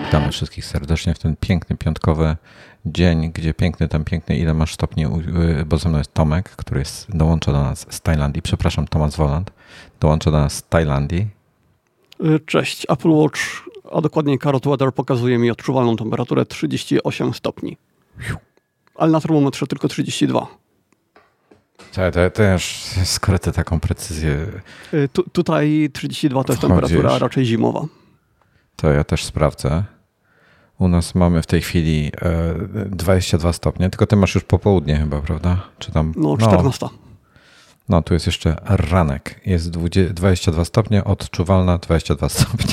Witamy wszystkich serdecznie w ten piękny piątkowy dzień, gdzie piękny, ile masz stopni, bo ze mną jest Tomek, który dołącza do nas z Tajlandii. Przepraszam, Tomasz Woland dołącza do nas z Tajlandii. Cześć, Apple Watch, a dokładniej Carrot Weather pokazuje mi odczuwalną temperaturę 38 stopni. Ale na termometrze tylko 32. To już skryte taką precyzję. Tutaj 32 to jest temperatura raczej zimowa. To ja też sprawdzę. U nas mamy w tej chwili 22 stopnie, tylko ty masz już popołudnie chyba, prawda? Czy tam? No, 14. No, tu jest jeszcze ranek. Jest 22 stopnie, odczuwalna 22 stopnie.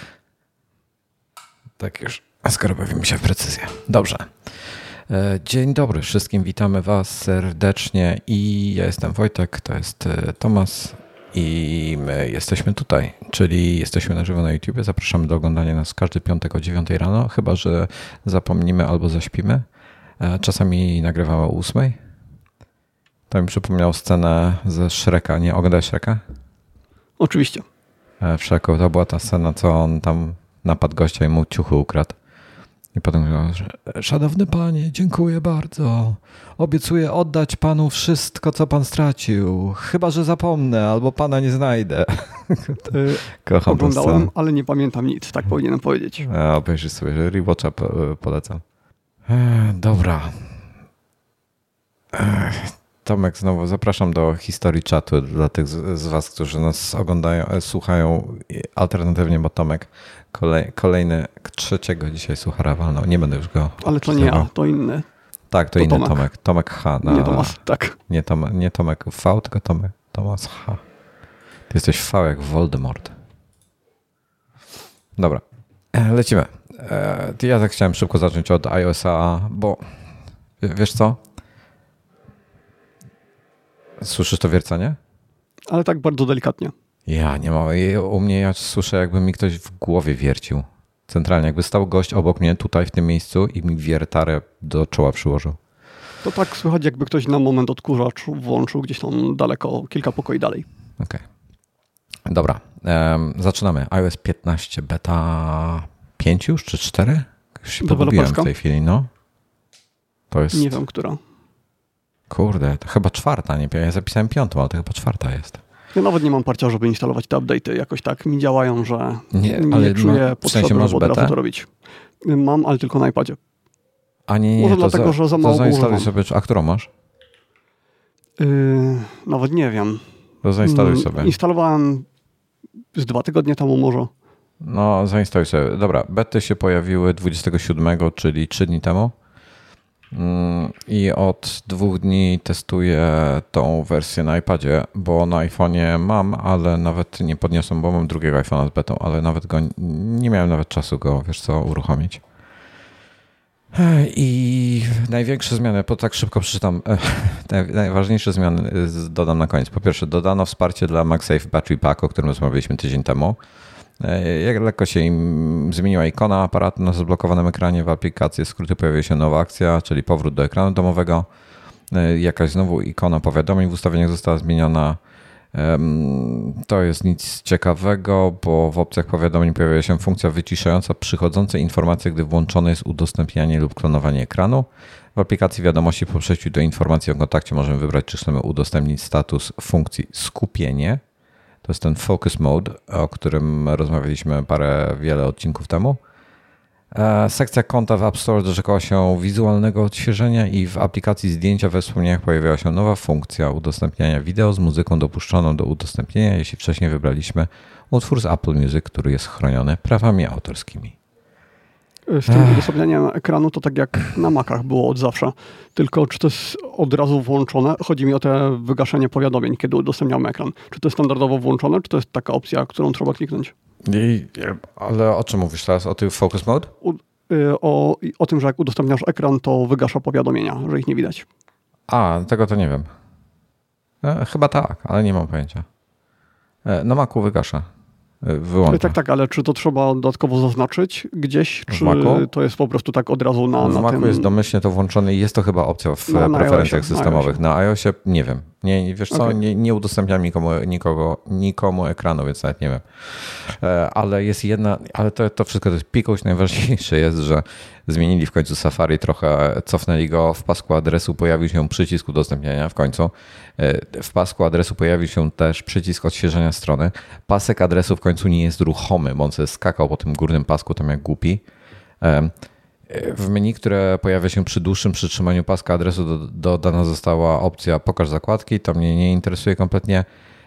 Tak już, skoro bawimy się w precyzję. Dobrze. Dzień dobry wszystkim, witamy was serdecznie i ja jestem Wojtek, to jest Tomasz i my jesteśmy tutaj, czyli jesteśmy na żywo na YouTubie. Zapraszamy do oglądania nas każdy piątek o 9 rano, chyba że zapomnimy albo zaśpimy. Czasami nagrywamy o 8. To mi przypomniał scenę ze Shreka. Nie oglądałeś Shreka? Oczywiście. W Shreku to była ta scena, co on tam napadł gościa i mu ciuchy ukradł. I potem mówił, że szanowny panie, dziękuję bardzo. Obiecuję oddać panu wszystko, co pan stracił. Chyba że zapomnę albo pana nie znajdę. Kocham Oglądałem, ale nie pamiętam nic, tak powinienem powiedzieć. Obejrzyj sobie, że rewatcha polecam. Dobra. Tomek, znowu zapraszam do historii czatu dla tych z was, którzy nas oglądają, słuchają alternatywnie, bo Tomek kolejny, trzeciego dzisiaj słuchara walnął. Nie będę już go Ale to nie ja, to inny. Tak, to inny Tomek. Tomek H. Nie Tomasz, tak. Nie Tomek V, tylko Tomasz H. Ty jesteś V jak Voldemort. Dobra, lecimy. Ja tak chciałem szybko zacząć od iOS-a, bo wiesz co? Słyszysz to wiercenie? Ale tak bardzo delikatnie. Ja nie mam. U mnie ja słyszę, jakby mi ktoś w głowie wiercił. Centralnie, jakby stał gość obok mnie tutaj w tym miejscu i mi wiertarę do czoła przyłożył. To tak słychać, jakby ktoś na moment odkurzacz włączył gdzieś tam daleko, kilka pokoi dalej. Okej. Dobra, zaczynamy. iOS 15 beta 5 już czy 4? Już się pogubiłem w tej chwili, no. To jest... Nie wiem, która. Kurde, to chyba 4, nie? Ja zapisałem 5, ale to chyba 4 jest. Ja nawet nie mam parcia, żeby instalować te update'y. Jakoś tak mi działają, że nie czuję potrzeby, żeby od razu to robić. Mam, ale tylko na iPadzie. A nie, może dlatego, że za mało zainstaluj sobie, a którą masz? Nawet nie wiem. To zainstaluj sobie. Instalowałem z 2 tygodnie temu może. No, zainstaluj sobie. Dobra, bety się pojawiły 27, czyli 3 dni temu. I od 2 dni testuję tą wersję na iPadzie, bo na iPhone'ie mam, ale nawet nie podniosłem, bo mam drugiego iPhone'a z betą, ale nawet go nie miałem nawet czasu go, wiesz co, uruchomić. I największe zmiany, bo tak szybko przeczytam, najważniejsze zmiany dodam na koniec. Po pierwsze, dodano wsparcie dla MagSafe Battery Pack, o którym rozmawialiśmy tydzień temu. Jak lekko się im zmieniła ikona aparatu na zablokowanym ekranie w aplikacji skróty, pojawiła się nowa akcja, czyli powrót do ekranu domowego. Jakaś znowu ikona powiadomień w ustawieniach została zmieniona. To jest nic ciekawego, bo w opcjach powiadomień pojawia się funkcja wyciszająca przychodzące informacje, gdy włączone jest udostępnianie lub klonowanie ekranu. W aplikacji wiadomości po przejściu do informacji o kontakcie możemy wybrać, czy chcemy udostępnić status funkcji skupienie. To jest ten Focus Mode, o którym rozmawialiśmy wiele odcinków temu. Sekcja konta w App Store doczekała się wizualnego odświeżenia i w aplikacji zdjęcia we wspomnieniach pojawiła się nowa funkcja udostępniania wideo z muzyką dopuszczoną do udostępnienia, jeśli wcześniej wybraliśmy utwór z Apple Music, który jest chroniony prawami autorskimi. Z tym udostępnianiem ekranu to tak jak na Macach było od zawsze. Tylko czy to jest od razu włączone? Chodzi mi o te wygaszenie powiadomień, kiedy udostępniamy ekran. Czy to jest standardowo włączone, czy to jest taka opcja, którą trzeba kliknąć? Ale o czym mówisz teraz? O tym Focus Mode? O tym, że jak udostępniasz ekran, to wygasza powiadomienia, że ich nie widać. Tego to nie wiem. Chyba tak, ale nie mam pojęcia. Na Macu wygasza. Wyłącza. Tak, ale czy to trzeba dodatkowo zaznaczyć gdzieś, czy to jest po prostu tak od razu na Macu tym... jest domyślnie to włączone i jest to chyba opcja w preferencjach systemowych. Na iOSie nie wiem. Nie, wiesz co, nie udostępniam nikomu ekranu, więc nawet nie wiem. Ale jest jedna, ale to wszystko to jest pikuś. Najważniejsze jest, że zmienili w końcu Safari trochę, cofnęli go, w pasku adresu pojawił się przycisk udostępniania w końcu. W pasku adresu pojawił się też przycisk odświeżenia strony. Pasek adresu w końcu nie jest ruchomy, bo on sobie skakał po tym górnym pasku tam jak głupi. W menu, które pojawia się przy dłuższym przytrzymaniu paska adresu, dodana została opcja pokaż zakładki. To mnie nie interesuje kompletnie.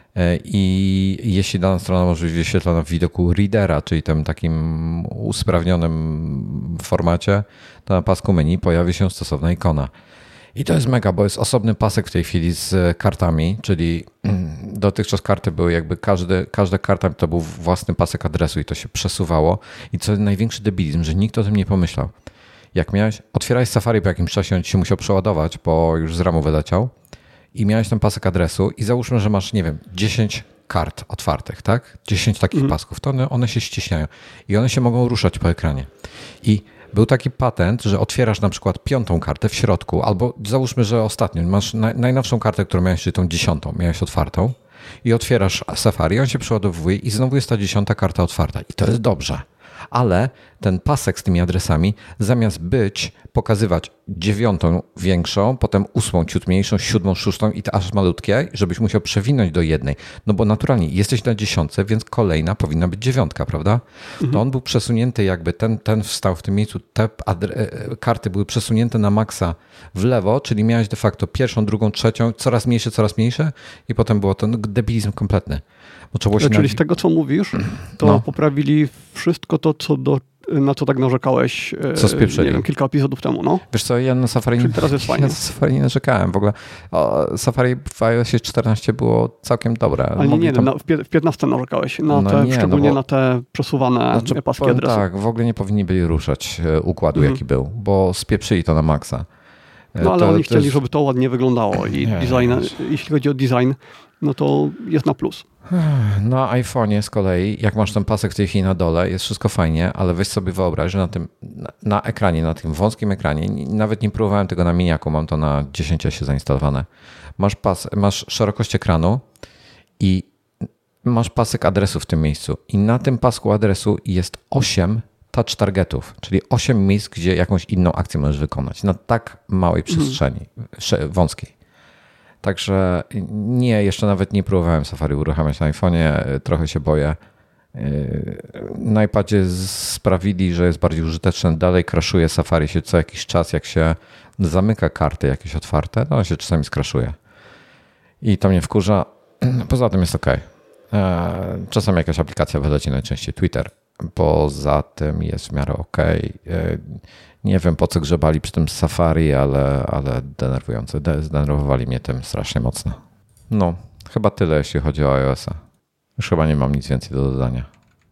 I jeśli dana strona może być wyświetlona w widoku readera, czyli tym takim usprawnionym formacie, to na pasku menu pojawi się stosowna ikona. I to jest mega, bo jest osobny pasek w tej chwili z kartami, czyli dotychczas karty były jakby każda karta to był własny pasek adresu i to się przesuwało. I co największy debilizm, że nikt o tym nie pomyślał. Jak otwierałeś Safari po jakimś czasie, on ci się musiał przeładować, bo już z ramu wyleciał i miałeś ten pasek adresu i załóżmy, że masz, nie wiem, 10 kart otwartych, tak? 10 takich pasków, to one się ściśniają i one się mogą ruszać po ekranie. I był taki patent, że otwierasz na przykład 5. kartę w środku, albo załóżmy, że ostatnio masz najnowszą kartę, którą miałeś, czyli tą 10. miałeś otwartą i otwierasz Safari, on się przeładowuje i znowu jest ta 10. karta otwarta i to jest dobrze. Ale ten pasek z tymi adresami zamiast pokazywać 9. większą, potem 8. ciut mniejszą, 7., 6. i te aż malutkie, żebyś musiał przewinąć do jednej. No bo naturalnie jesteś na 10, więc kolejna powinna być 9, prawda? To on był przesunięty jakby, ten wstał w tym miejscu, te karty były przesunięte na maksa w lewo, czyli miałeś de facto 1., 2., 3, coraz mniejsze i potem było ten debilizm kompletny. Czyli z tego, co mówisz, to poprawili wszystko to, na co tak narzekałeś nie wiem, kilka epizodów temu. No. Wiesz co, ja na Safari, teraz jest fajnie. Na Safari nie narzekałem w ogóle. Safari w iOSie 14 było całkiem dobre. Ale w 15 narzekałeś, szczególnie na te przesuwane paski adresu. Tak, w ogóle nie powinni byli ruszać układu, jaki był, bo spieprzyli to na maksa. No ale oni chcieli, żeby to ładnie wyglądało i jeśli chodzi o design, no to jest na plus. Na iPhone'ie z kolei, jak masz ten pasek w tej chwili na dole, jest wszystko fajnie, ale weź sobie wyobraź, że na ekranie, na tym wąskim ekranie, nawet nie próbowałem tego na miniaku, mam to na 10S zainstalowane, masz szerokość ekranu i masz pasek adresu w tym miejscu i na tym pasku adresu jest 8 touch targetów, czyli 8 miejsc, gdzie jakąś inną akcję możesz wykonać na tak małej przestrzeni, wąskiej. Także jeszcze nawet nie próbowałem Safari uruchamiać na iPhone'ie, trochę się boję. Na iPadzie sprawili, że jest bardziej użyteczne. Dalej crashuje Safari się co jakiś czas, jak się zamyka karty jakieś otwarte, to on się czasami skraszuje. I to mnie wkurza. Poza tym jest ok. Czasami jakaś aplikacja wyleci, najczęściej Twitter. Poza tym jest w miarę ok. Nie wiem, po co grzebali przy tym Safari, ale denerwujące. Zdenerwowali mnie tym strasznie mocno. No, chyba tyle, jeśli chodzi o iOS-a. Już chyba nie mam nic więcej do dodania.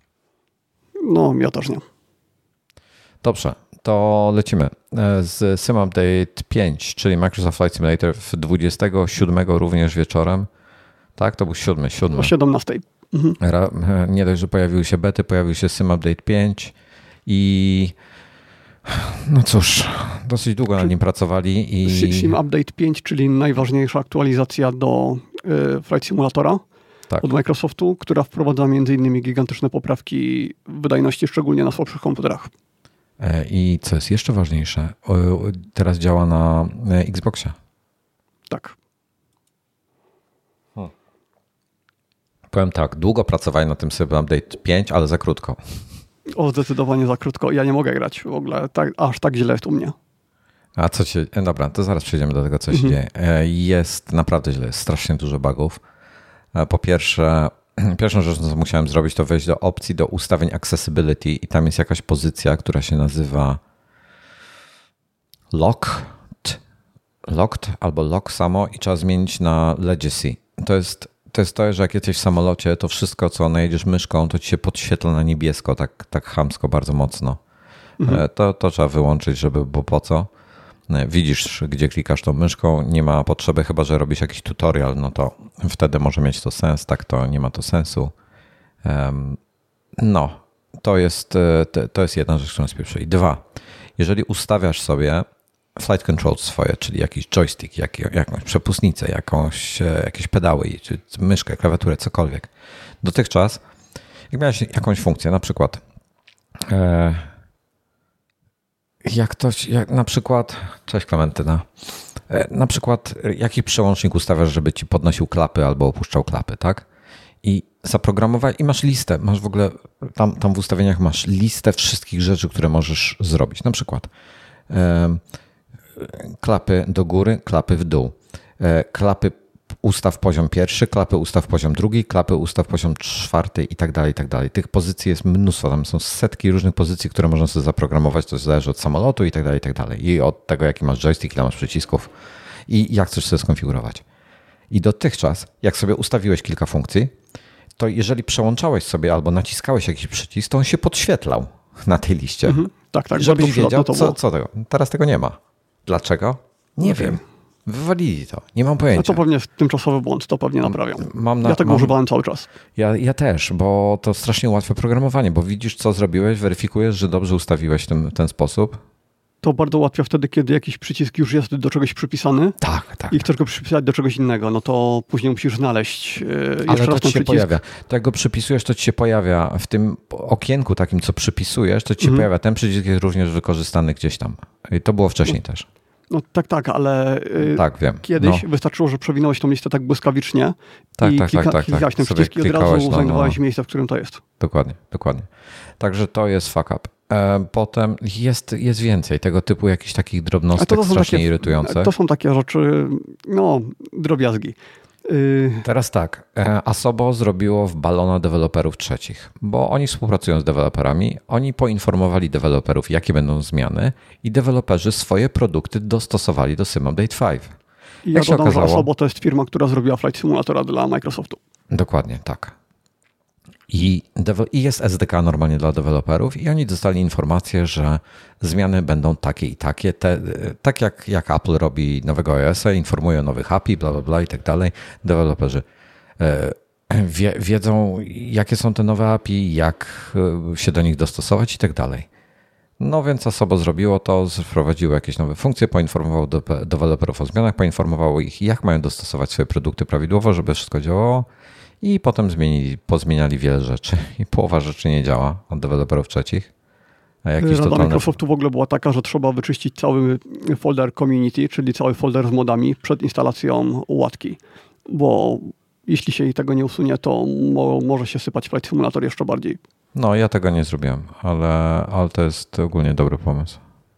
No, ja też nie. Dobrze, to lecimy z Sim Update 5, czyli Microsoft Flight Simulator w 27 również wieczorem. Tak, to był 7. O 17. Nie dość, że pojawiły się bety, pojawił się Sim Update 5 i no cóż, dosyć długo nad nim pracowali. Sim Update 5, czyli najważniejsza aktualizacja do Flight Simulatora od Microsoftu, która wprowadza m.in. gigantyczne poprawki wydajności, szczególnie na słabszych komputerach. I co jest jeszcze ważniejsze, teraz działa na Xboxie. Tak. Powiem tak, długo pracowałem na tym Sim Update 5, ale za krótko. Zdecydowanie za krótko. Ja nie mogę grać w ogóle. Aż tak źle jest u mnie. A co się... Dobra, to zaraz przejdziemy do tego, co się dzieje. Jest naprawdę źle. Jest strasznie dużo bugów. Po pierwsze, pierwszą rzeczą, co musiałem zrobić, to wejść do opcji, do ustawień accessibility i tam jest jakaś pozycja, która się nazywa locked albo lock samo i trzeba zmienić na legacy. To jest to, że jak jesteś w samolocie, to wszystko, co najedziesz myszką, to ci się podświetla na niebiesko, tak chamsko, bardzo mocno. To trzeba wyłączyć, bo po co? Widzisz, gdzie klikasz tą myszką, nie ma potrzeby, chyba że robisz jakiś tutorial, no to wtedy może mieć to sens, tak to nie ma to sensu. No, to jest jedna rzecz, którą spieprzy. I 2, jeżeli ustawiasz sobie flight control swoje, czyli jakiś joystick, jakąś przepustnicę, jakieś pedały, czy myszkę, klawiaturę, cokolwiek. Dotychczas, jak miałeś jakąś funkcję, na przykład na przykład, cześć Klementyna, na przykład jaki przełącznik ustawiasz, żeby ci podnosił klapy albo opuszczał klapy, tak? I zaprogramowałeś i masz listę, masz w ogóle, tam w ustawieniach masz listę wszystkich rzeczy, które możesz zrobić. Na przykład klapy do góry, klapy w dół, klapy ustaw poziom pierwszy, klapy ustaw poziom drugi, klapy ustaw poziom czwarty i tak dalej, i tak dalej. Tych pozycji jest mnóstwo, tam są setki różnych pozycji, które można sobie zaprogramować, to zależy od samolotu i tak dalej, i tak dalej. I od tego, jaki masz joystick, ile masz przycisków i jak chcesz sobie skonfigurować. I dotychczas, jak sobie ustawiłeś kilka funkcji, to jeżeli przełączałeś sobie albo naciskałeś jakiś przycisk, to on się podświetlał na tej liście. Tak. Żebyś wiedział, co tego. Teraz tego nie ma. Dlaczego? Nie wiem. Wywalili to. Nie mam pojęcia. To pewnie jest tymczasowy błąd, to pewnie naprawią. Ja tego używałem cały czas. Ja też, bo to strasznie ułatwia programowanie, bo widzisz, co zrobiłeś, weryfikujesz, że dobrze ustawiłeś ten sposób. To bardzo ułatwia wtedy, kiedy jakiś przycisk już jest do czegoś przypisany. Tak. I chcesz go przypisać do czegoś innego, no to później musisz znaleźć jeszcze raz ten przycisk. Pojawia. To jak go przypisujesz, to ci się pojawia w tym okienku takim, co przypisujesz, to ci się pojawia. Ten przycisk jest również wykorzystany gdzieś tam. I to było wcześniej też. No tak, ale wiem. Kiedyś wystarczyło, że przewinąłeś tą listę tak błyskawicznie i klikałeś ten przycisk i od razu znajdowałeś miejsce, w którym to jest. Dokładnie. Także to jest fuck up. Potem jest więcej tego typu jakichś takich drobnostek strasznie irytujących. To są takie rzeczy, drobiazgi. Teraz tak, Asobo zrobiło w balona deweloperów trzecich, bo oni współpracują z deweloperami, oni poinformowali deweloperów, jakie będą zmiany i deweloperzy swoje produkty dostosowali do Sim Update 5. I ja dodam, że Asobo to jest firma, która zrobiła Flight Simulatora dla Microsoftu. Dokładnie, tak. I jest SDK normalnie dla deweloperów i oni dostali informację, że zmiany będą takie i takie. Tak jak Apple robi nowego iOS-a, informuje o nowych API, bla, bla, bla i tak dalej. Deweloperzy wiedzą, jakie są te nowe API, jak się do nich dostosować i tak dalej. No więc Asobo zrobiło to, wprowadziło jakieś nowe funkcje, poinformowało deweloperów o zmianach, poinformowało ich, jak mają dostosować swoje produkty prawidłowo, żeby wszystko działało. I potem pozmieniali wiele rzeczy i połowa rzeczy nie działa od deweloperów trzecich. Rada Microsoftu w ogóle była taka, że trzeba wyczyścić cały folder community, czyli cały folder z modami przed instalacją łatki, bo jeśli się tego nie usunie, to może się sypać Flight Simulator jeszcze bardziej. No, ja tego nie zrobiłem, ale to jest ogólnie dobry pomysł.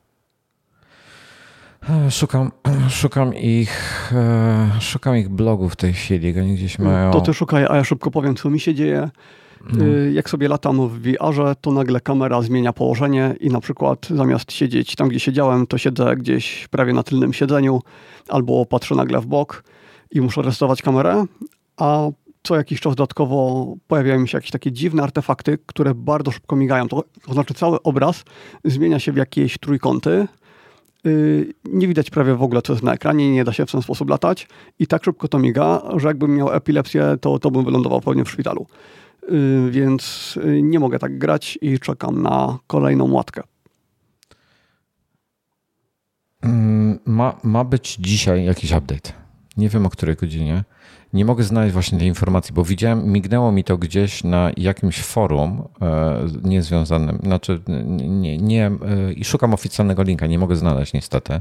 Szukam ich blogów w tej chwili, oni gdzieś mają... To ty szukaj, a ja szybko powiem, co mi się dzieje. Jak sobie latam w VR-ze, to nagle kamera zmienia położenie i na przykład zamiast siedzieć tam, gdzie siedziałem, to siedzę gdzieś prawie na tylnym siedzeniu albo patrzę nagle w bok i muszę resetować kamerę, a co jakiś czas dodatkowo pojawiają mi się jakieś takie dziwne artefakty, które bardzo szybko migają. To znaczy cały obraz zmienia się w jakieś trójkąty. Nie widać prawie w ogóle, co jest na ekranie, nie da się w ten sposób latać i tak szybko to miga, że jakbym miał epilepsję, to bym wylądował pewnie w szpitalu. Więc nie mogę tak grać i czekam na kolejną łatkę. Ma być dzisiaj jakiś update. Nie wiem o której godzinie. Nie mogę znaleźć właśnie tej informacji, bo mignęło mi to gdzieś na jakimś forum niezwiązanym, nie i szukam oficjalnego linka, nie mogę znaleźć niestety.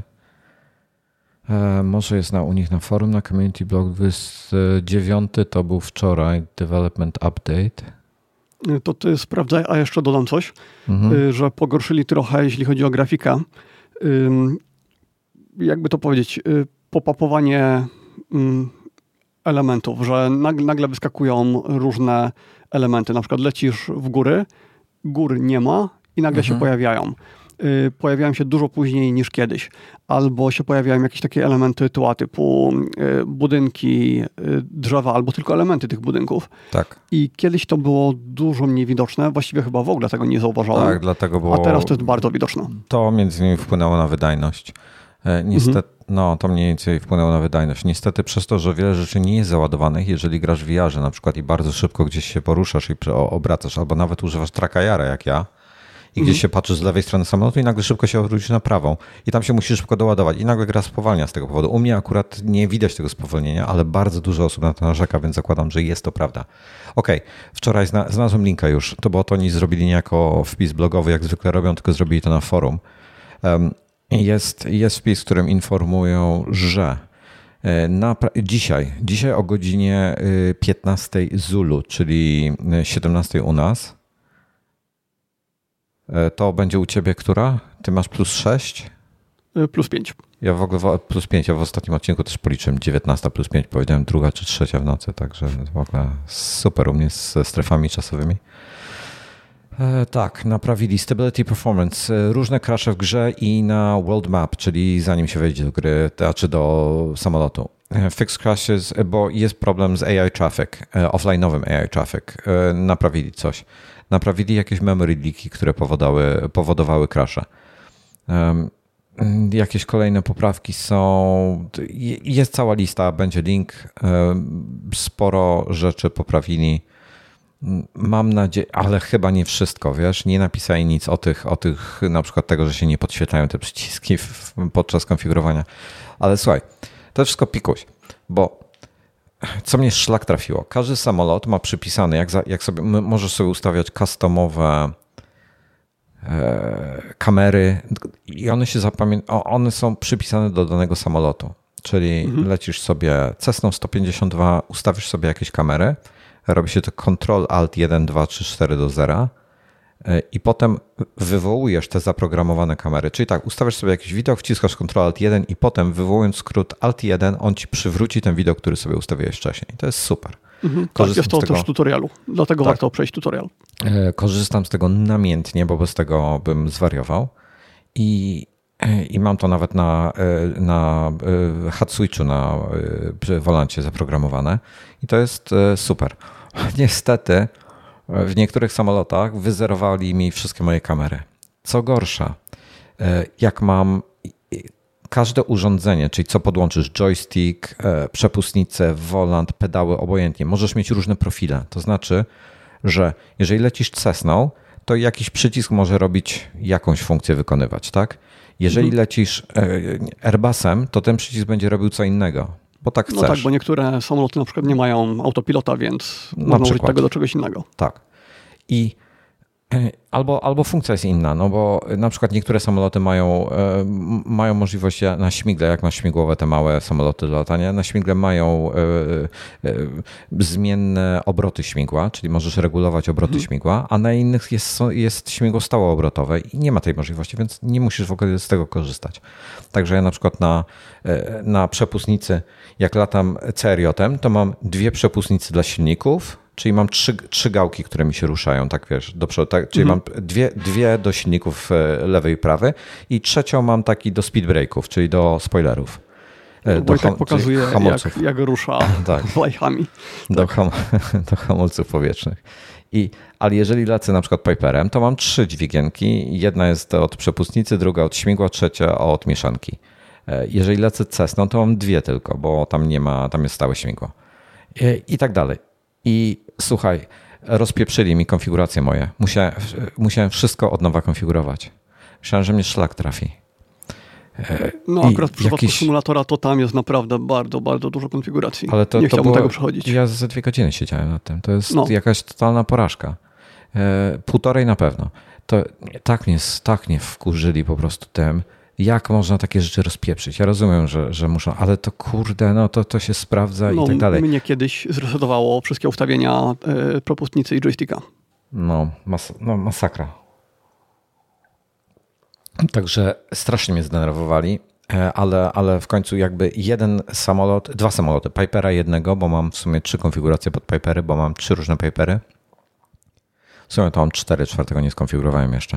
Może jest u nich na forum, na community blog 9, to był wczoraj, development update. To ty sprawdzaj, a jeszcze dodam coś, że pogorszyli trochę, jeśli chodzi o grafikę. Jakby to powiedzieć, pop-upowanie elementów, że nagle wyskakują różne elementy. Na przykład lecisz w gór nie ma i nagle się pojawiają. Pojawiają się dużo później niż kiedyś. Albo się pojawiają jakieś takie elementy tła typu budynki, drzewa, albo tylko elementy tych budynków. Tak. I kiedyś to było dużo mniej widoczne. Właściwie chyba w ogóle tego nie zauważałem. Tak, dlatego było... A teraz to jest bardzo widoczne. To między innymi wpłynęło na wydajność. Niestety, to mniej więcej wpłynęło na wydajność. Niestety przez to, że wiele rzeczy nie jest załadowanych, jeżeli grasz w VR-ze na przykład i bardzo szybko gdzieś się poruszasz i obracasz, albo nawet używasz traka jara jak ja i gdzieś się patrzysz z lewej strony samolotu i nagle szybko się odwrócisz na prawą i tam się musisz szybko doładować i nagle gra spowalnia z tego powodu. U mnie akurat nie widać tego spowolnienia, ale bardzo dużo osób na to narzeka, więc zakładam, że jest to prawda. Okej, wczoraj znalazłem linka już, bo to oni zrobili nie jako wpis blogowy, jak zwykle robią, tylko zrobili to na forum. Jest wpis, w którym informują, że dzisiaj o godzinie 15 Zulu, czyli 17 u nas, to będzie u ciebie która? Ty masz +6? +5. Ja w ogóle +5, ja w ostatnim odcinku też policzyłem 19 +5, powiedziałem 2 czy 3 w nocy, także w ogóle super u mnie ze strefami czasowymi. Tak, naprawili Stability Performance, różne crashe w grze i na World Map, czyli zanim się wejdzie do gry, czy do samolotu. Fix crashes, bo jest problem z AI traffic, offline'owym AI traffic. Naprawili coś. Naprawili jakieś memory leaki, które powodowały crashe. Jakieś kolejne poprawki są. Jest cała lista, będzie link. Sporo rzeczy poprawili. Mam nadzieję, ale chyba nie wszystko, wiesz, nie napisali nic o tych na przykład tego, że się nie podświetlają te przyciski podczas konfigurowania. Ale słuchaj, to wszystko pikuś, bo co mnie szlak trafiło, każdy samolot ma przypisane, jak sobie możesz sobie ustawiać customowe kamery i one są przypisane do danego samolotu, czyli lecisz sobie Cessną 152, ustawisz sobie jakieś kamery, robi się to Ctrl Alt 1, 2, 3, 4 do 0 i potem wywołujesz te zaprogramowane kamery. Czyli tak, ustawiasz sobie jakiś widok, wciskasz Ctrl Alt 1 i potem wywołując skrót Alt 1, on ci przywróci ten widok, który sobie ustawiłeś wcześniej. To jest super. Tak, jest to też w tutorialu. Dlatego warto przejść tutorial. Korzystam z tego namiętnie, bo bez tego bym zwariował. I mam to nawet na hot switchu przy wolancie zaprogramowane i to jest super. Niestety w niektórych samolotach wyzerowali mi wszystkie moje kamery. Co gorsza, jak mam każde urządzenie, czyli co podłączysz, joystick, przepustnicę, wolant, pedały, obojętnie, możesz mieć różne profile. To znaczy, że jeżeli lecisz Cessną, to jakiś przycisk może robić jakąś funkcję wykonywać, tak? Jeżeli lecisz Airbusem, to ten przycisk będzie robił co innego, bo tak chcesz. No tak, bo niektóre samoloty na przykład nie mają autopilota, więc można użyć tego do czegoś innego. Tak. I albo funkcja jest inna, no bo na przykład niektóre samoloty mają możliwość na śmigle, jak masz śmigłowe te małe samoloty do latania, na śmigle mają zmienne obroty śmigła, czyli możesz regulować obroty śmigła, a na innych jest śmigło stałoobrotowe i nie ma tej możliwości, więc nie musisz w ogóle z tego korzystać. Także ja na przykład na przepustnicy, jak latam CRJ-em, to mam 2 przepustnice dla silników, czyli mam 3 gałki, które mi się ruszają, tak wiesz, do przodu. Tak, czyli mam dwie do silników lewej i prawej i trzecią mam taki do speed brake'ów, czyli do spoilerów. Wojtek pokazuje, jak rusza wajchami. Do hamulców powietrznych. Ale jeżeli lecę na przykład Piperem, to mam 3 dźwigienki. Jedna jest od przepustnicy, druga od śmigła, trzecia od mieszanki. Jeżeli lecę Cessną, to mam 2 tylko, bo tam jest stałe śmigło. I tak dalej. I słuchaj, rozpieprzyli mi konfiguracje moje. Musiałem wszystko od nowa konfigurować. Myślałem, że mnie szlak trafi. No akurat w przypadku symulatora to tam jest naprawdę bardzo, bardzo dużo konfiguracji. Ale nie chciałbym tego przechodzić. Ja ze 2 godziny siedziałem nad tym. To jest jakaś totalna porażka. 1,5 na pewno. To tak mnie wkurzyli po prostu tym, jak można takie rzeczy rozpieprzyć. Ja rozumiem, że muszą, ale to kurde, no to się sprawdza i tak dalej. Mnie kiedyś zresetowało wszystkie ustawienia propustnicy i joysticka. Masakra. Także strasznie mnie zdenerwowali, ale w końcu jakby 2 samoloty, Pipera jednego, bo mam w sumie 3 konfiguracje pod Pipery, bo mam 3 różne Pipery. W sumie to mam 4, 4 nie skonfigurowałem jeszcze.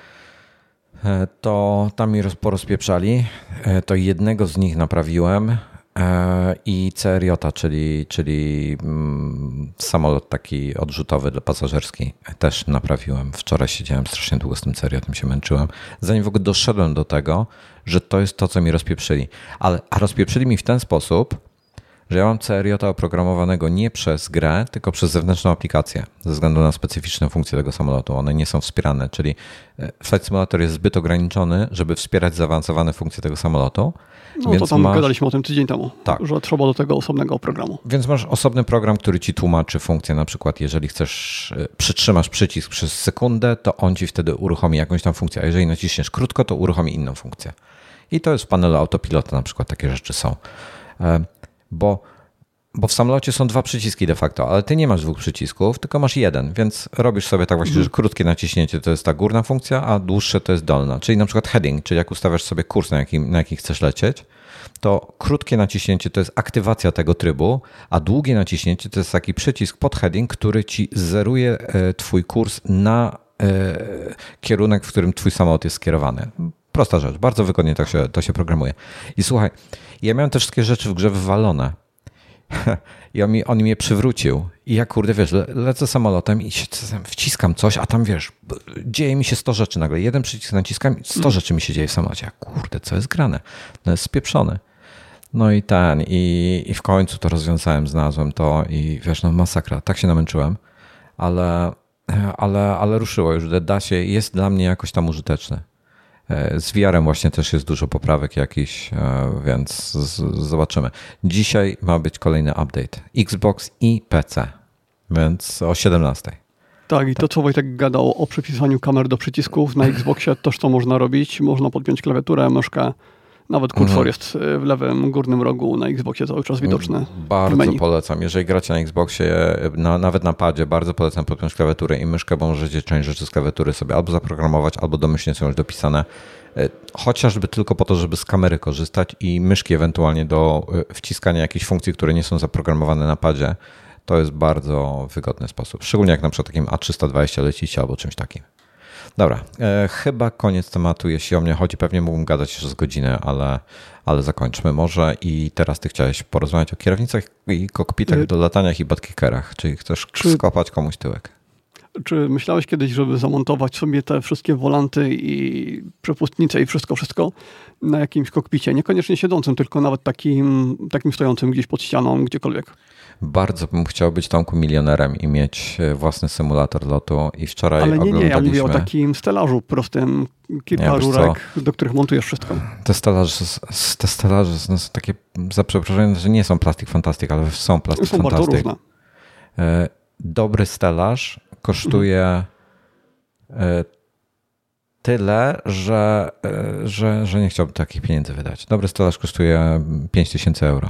To tam mi porozpieprzali, to jednego z nich naprawiłem i CRJ, czyli samolot taki odrzutowy dla pasażerski, też naprawiłem. Wczoraj siedziałem strasznie długo z tym CRJ-em, się męczyłem, zanim w ogóle doszedłem do tego, że to jest to, co mi rozpieprzyli. A rozpieprzyli mi w ten sposób, że ja mam CRJ oprogramowanego nie przez grę, tylko przez zewnętrzną aplikację, ze względu na specyficzne funkcje tego samolotu. One nie są wspierane, czyli Flight Simulator jest zbyt ograniczony, żeby wspierać zaawansowane funkcje tego samolotu. No więc to tam gadaliśmy o tym tydzień temu, tak, że trzeba do tego osobnego programu. Więc masz osobny program, który ci tłumaczy funkcję, na przykład jeżeli chcesz, przytrzymasz przycisk przez sekundę, to on ci wtedy uruchomi jakąś tam funkcję, a jeżeli naciśniesz krótko, to uruchomi inną funkcję. I to jest w panelu autopilota na przykład takie rzeczy są. Bo w samolocie są 2 przyciski de facto, ale ty nie masz 2 przycisków, tylko masz jeden, więc robisz sobie tak właśnie, że krótkie naciśnięcie to jest ta górna funkcja, a dłuższe to jest dolna. Czyli na przykład heading, czyli jak ustawiasz sobie kurs, na jaki chcesz lecieć, to krótkie naciśnięcie to jest aktywacja tego trybu, a długie naciśnięcie to jest taki przycisk pod heading, który ci zeruje twój kurs na kierunek, w którym twój samolot jest skierowany. Prosta rzecz, bardzo wygodnie to się programuje. I słuchaj, ja miałem te wszystkie rzeczy w grze wywalone. I on mnie przywrócił. I ja, kurde, wiesz, lecę samolotem i się wciskam coś, a tam, wiesz, dzieje mi się 100 rzeczy nagle. Jeden przycisk naciskam i 100 rzeczy mi się dzieje w samolocie. Kurde, co jest grane? No jest spieprzony. No i w końcu to rozwiązałem, znalazłem to i wiesz, no masakra. Tak się namęczyłem, ale ruszyło już. Da się, jest dla mnie jakoś tam użyteczny. Z VR-em właśnie też jest dużo poprawek jakichś, więc zobaczymy. Dzisiaj ma być kolejny update. Xbox i PC, więc o 17:00. Tak, i to co Wojtek gadał o przypisaniu kamer do przycisków na Xboxie, też to można robić. Można podpiąć klawiaturę, myszkę. Nawet kursor jest w lewym górnym rogu na Xboxie cały czas widoczny. Bardzo polecam. Jeżeli gracie na Xboxie, nawet na padzie, bardzo polecam podpiąć klawiaturę i myszkę, bo możecie część rzeczy z klawiatury sobie albo zaprogramować, albo domyślnie są już dopisane. Chociażby tylko po to, żeby z kamery korzystać i myszki ewentualnie do wciskania jakichś funkcji, które nie są zaprogramowane na padzie. To jest bardzo wygodny sposób. Szczególnie jak na przykład takim A320 lecicie albo czymś takim. Dobra, chyba koniec tematu, jeśli o mnie chodzi. Pewnie mógłbym gadać jeszcze z godzinę, ale zakończmy może. I teraz ty chciałeś porozmawiać o kierownicach i kokpitach do lataniach i budkickerach. Czyli chcesz skopać komuś tyłek. Czy myślałeś kiedyś, żeby zamontować sobie te wszystkie wolanty i przepustnice i wszystko na jakimś kokpicie? Niekoniecznie siedzącym, tylko nawet takim stojącym gdzieś pod ścianą, gdziekolwiek. Bardzo bym chciał być, Tomku, milionerem i mieć własny symulator lotu i wczoraj oglądaliśmy... Ale nie, ja mówię o takim stelażu prostym, kilka rurek, do których montujesz wszystko. Te stelaże są takie, za przeproszeniem, że nie są plastik fantastic, ale są plastik fantastic. Są bardzo różne. Dobry stelaż kosztuje tyle, że nie chciałbym takich pieniędzy wydać. Dobry stelaż kosztuje 5000 euro.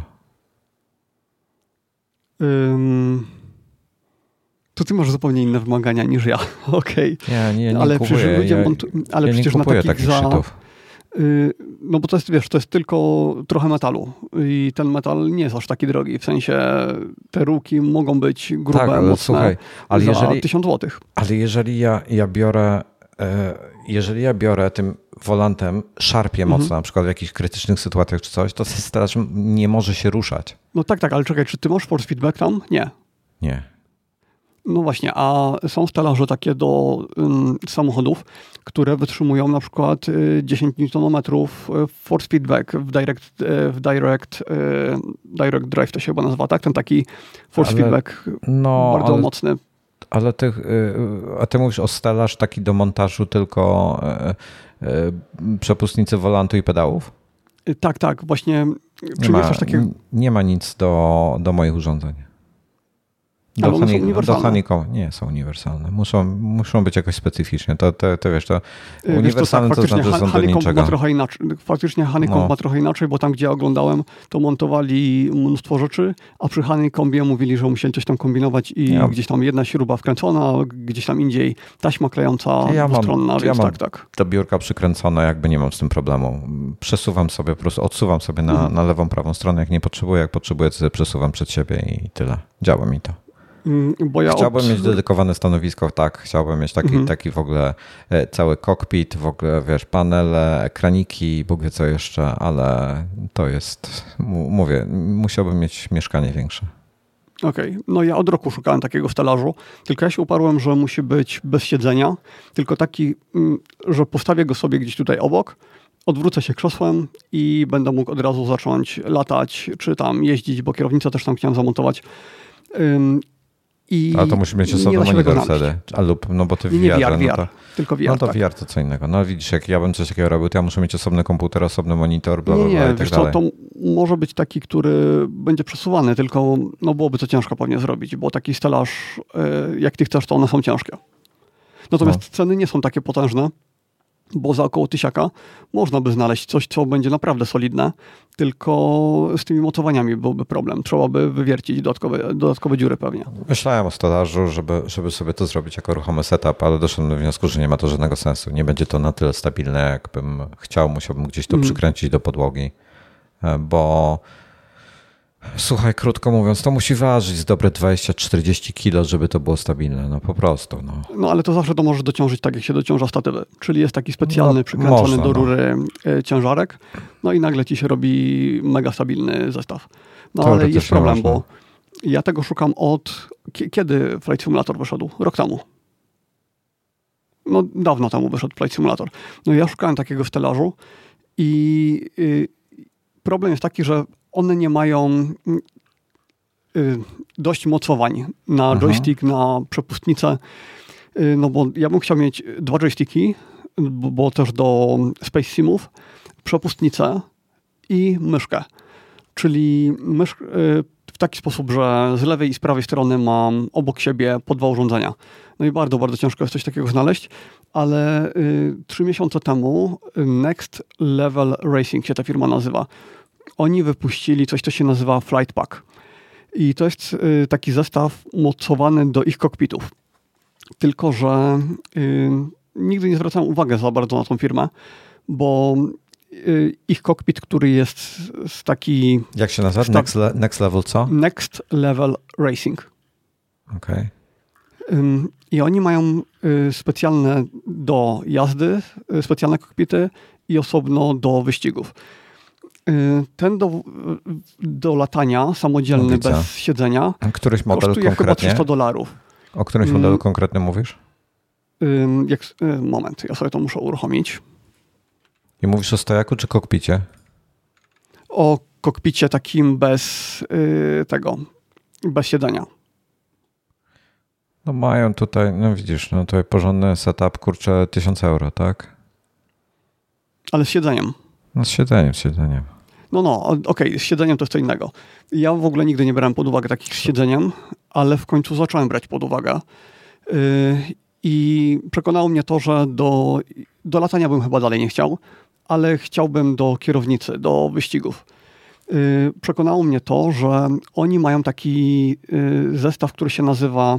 To ty masz zupełnie inne wymagania niż ja. Okej. Ja nie ale kupuję. Przecież nie na takich szczytów. No bo to jest, wiesz, to jest tylko trochę metalu i ten metal nie jest aż taki drogi. W sensie te ruki mogą być grube, tak, ale mocne, słuchaj, ale za 1000 zł. Ale jeżeli ja biorę tym wolantem, szarpię mocno, na przykład w jakichś krytycznych sytuacjach czy coś, to stelaż nie może się ruszać. No tak, ale czekaj, czy ty masz force feedback tam? Nie. Nie. No właśnie, a są stelaże takie do samochodów, które wytrzymują na przykład 10 Nm force feedback w direct drive to się chyba nazywa, tak? Ten taki force feedback bardzo mocny. Ale ty mówisz o stelaż taki do montażu tylko przepustnicy wolantu i pedałów? Tak, właśnie przywieszasz takiego... Nie ma nic do moich urządzeń. Do Honeycomb nie są uniwersalne. Muszą być jakoś specyficzne. To wiesz, to uniwersalne to znaczy, że są do niczego. Faktycznie Honeycomb ma trochę inaczej, bo tam, gdzie oglądałem, to montowali mnóstwo rzeczy, a przy Honeycombie mówili, że musieli coś tam kombinować i gdzieś tam jedna śruba wkręcona, gdzieś tam indziej taśma klejąca dwustronna, więc tak. Do biurka przykręcone, jakby nie mam z tym problemu. Przesuwam sobie, po prostu odsuwam sobie na lewą, prawą stronę, jak nie potrzebuję, jak potrzebuję, to sobie przesuwam przed siebie i tyle. Działa mi to. Chciałbym mieć dedykowane stanowisko, tak, chciałbym mieć taki w ogóle cały kokpit, w ogóle, wiesz, panele, ekraniki, Bóg wie co jeszcze, ale to jest, mówię, musiałbym mieć mieszkanie większe. Okej. No ja od roku szukałem takiego stelażu, tylko ja się uparłem, że musi być bez siedzenia, tylko taki, że postawię go sobie gdzieś tutaj obok, odwrócę się krzesłem i będę mógł od razu zacząć latać, czy tam jeździć, bo kierownicę też tam chciałem zamontować. Ale to musi mieć osobny monitor wtedy. No bo ty nie VR, VR, no to, tylko VR. No to tak. VR to co innego. No widzisz, jak ja bym coś takiego robił, to ja muszę mieć osobny komputer, osobny monitor, bla, bla, bla, i tak dalej. To może być taki, który będzie przesuwany, tylko no byłoby to ciężko pewnie zrobić, bo taki stelaż, jak ty chcesz, to one są ciężkie. Natomiast ceny nie są takie potężne, bo za około 1000 można by znaleźć coś, co będzie naprawdę solidne, tylko z tymi mocowaniami byłby problem. Trzeba by wywiercić dodatkowe dziury pewnie. Myślałem o stelażu, żeby sobie to zrobić jako ruchomy setup, ale doszedłem do wniosku, że nie ma to żadnego sensu. Nie będzie to na tyle stabilne, jakbym chciał. Musiałbym gdzieś to przykręcić do podłogi, bo słuchaj, krótko mówiąc, to musi ważyć z dobre 20-40 kilo, żeby to było stabilne, no po prostu. No ale to zawsze to możesz dociążyć tak, jak się dociąża statywy, czyli jest taki specjalny, przykręcony do rury ciężarek, no i nagle ci się robi mega stabilny zestaw. No ale jest problem, bo ja tego szukam od... Kiedy Flight Simulator wyszedł? Rok temu. No dawno temu wyszedł Flight Simulator. No ja szukałem takiego stelażu i problem jest taki, że one nie mają dość mocowań na joystick, na przepustnicę, no bo ja bym chciał mieć 2 joysticki, bo też do Space Simów, przepustnicę i myszkę. Czyli w taki sposób, że z lewej i z prawej strony mam obok siebie po 2 urządzenia. No i bardzo, bardzo ciężko jest coś takiego znaleźć, ale 3 miesiące temu Next Level Racing się ta firma nazywa. Oni wypuścili coś, co się nazywa Flight Pack. I to jest taki zestaw mocowany do ich kokpitów. Tylko że nigdy nie zwracałem uwagi za bardzo na tą firmę, bo ich kokpit, który jest z taki... Jak się nazywa? Next Level co? Next Level Racing. Okej. I oni mają specjalne do jazdy, specjalne kokpity i osobno do wyścigów. Ten do latania samodzielny bez siedzenia któryś model kosztuje konkretnie? chyba $300. O którymś modelu konkretnie mówisz? Moment, ja sobie to muszę uruchomić. I mówisz o stojaku czy kokpicie? O kokpicie takim bez bez siedzenia. No mają tutaj, no widzisz, no to porządny setup, kurczę, 1000 euro, tak? Ale z siedzeniem. No z siedzeniem. Okej, z siedzeniem to jest co innego. Ja w ogóle nigdy nie brałem pod uwagę takich z siedzeniem, ale w końcu zacząłem brać pod uwagę. I przekonało mnie to, że do latania bym chyba dalej nie chciał, ale chciałbym do kierownicy, do wyścigów. Przekonało mnie to, że oni mają taki zestaw, który się nazywa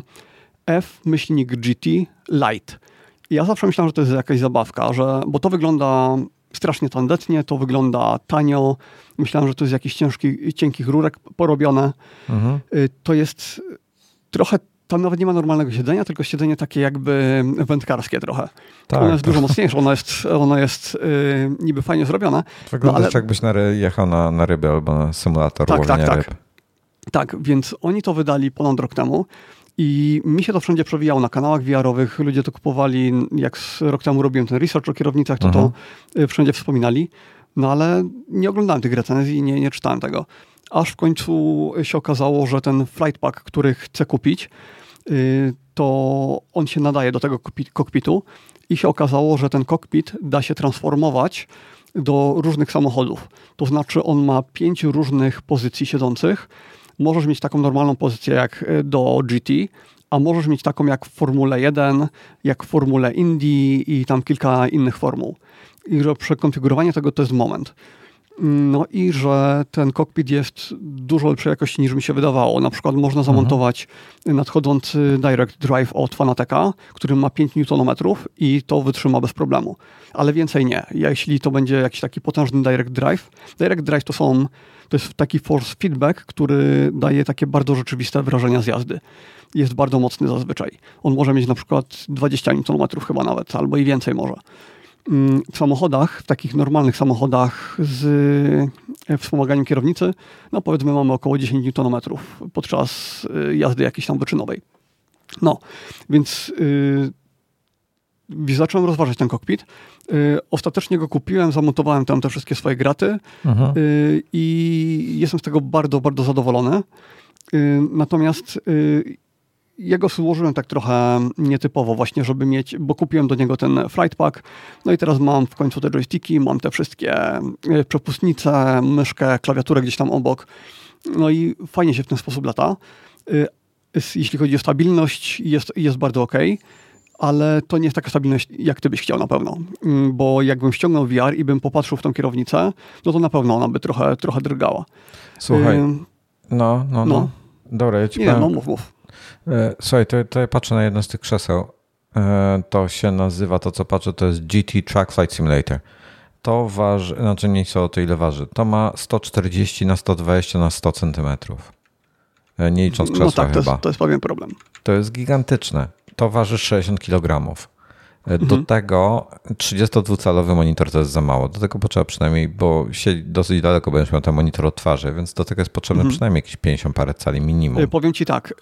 F-GT Lite. I ja zawsze myślałem, że to jest jakaś zabawka, bo to wygląda strasznie tandetnie, to wygląda tanio. Myślałem, że to jest jakiś cienkich rurek porobione. To jest trochę, tam nawet nie ma normalnego siedzenia, tylko siedzenie takie jakby wędkarskie trochę. Tak, ono jest dużo mocniejsze, ono jest niby fajnie zrobione. Wygląda jakbyś jechał na ryby albo na symulator łowienia ryb. Tak, więc oni to wydali ponad rok temu. I mi się to wszędzie przewijało na kanałach VR-owych. Ludzie to kupowali, jak rok temu robiłem ten research o kierownicach, to wszędzie wspominali. No ale nie oglądałem tych recenzji, nie czytałem tego. Aż w końcu się okazało, że ten Flight Pack, który chcę kupić, to on się nadaje do tego kokpitu i się okazało, że ten kokpit da się transformować do różnych samochodów. To znaczy on ma 5 różnych pozycji siedzących. Możesz mieć taką normalną pozycję jak do GT, a możesz mieć taką jak w Formule 1, jak w Formule Indy i tam kilka innych formuł. I że przekonfigurowanie tego to jest moment. No i że ten kokpit jest dużo lepszej jakości niż mi się wydawało. Na przykład można zamontować nadchodzący Direct Drive od Fanateka, który ma 5 Nm i to wytrzyma bez problemu. Ale więcej nie. Jeśli to będzie jakiś taki potężny Direct Drive to jest taki force feedback, który daje takie bardzo rzeczywiste wrażenia z jazdy. Jest bardzo mocny zazwyczaj. On może mieć na przykład 20 Nm chyba nawet, albo i więcej może. W samochodach, w takich normalnych samochodach z wspomaganiem kierownicy, no powiedzmy mamy około 10 Nm podczas jazdy jakiejś tam wyczynowej. No, więc zacząłem rozważać ten kokpit. Ostatecznie go kupiłem, zamontowałem tam te wszystkie swoje graty i jestem z tego bardzo, bardzo zadowolony. Natomiast ja go złożyłem tak trochę nietypowo właśnie, żeby mieć, bo kupiłem do niego ten flight pack, no i teraz mam w końcu te joysticki, mam te wszystkie przepustnice, myszkę, klawiaturę gdzieś tam obok, no i fajnie się w ten sposób lata. Jeśli chodzi o stabilność, jest bardzo okej, ale to nie jest taka stabilność, jak ty byś chciał na pewno, bo jakbym ściągnął VR i bym popatrzył w tą kierownicę, no to na pewno ona by trochę drgała. Słuchaj, no. Dobra, ja ci powiem. No mów. Słuchaj, to ja patrzę na jedno z tych krzeseł. To się nazywa, to co patrzę, to jest GT Track Flight Simulator. To waży, znaczy nie chcę o to ile waży. To ma 140 na 120 na 100 centymetrów. Nie licząc krzesła chyba. To jest pewien problem. To jest gigantyczne. To waży 60 kg. Do tego 32-calowy monitor to jest za mało. Do tego potrzeba przynajmniej, bo dosyć daleko będziesz miał ten monitor od twarzy, więc do tego jest potrzebne przynajmniej jakieś 50 parę cali minimum. Powiem ci tak,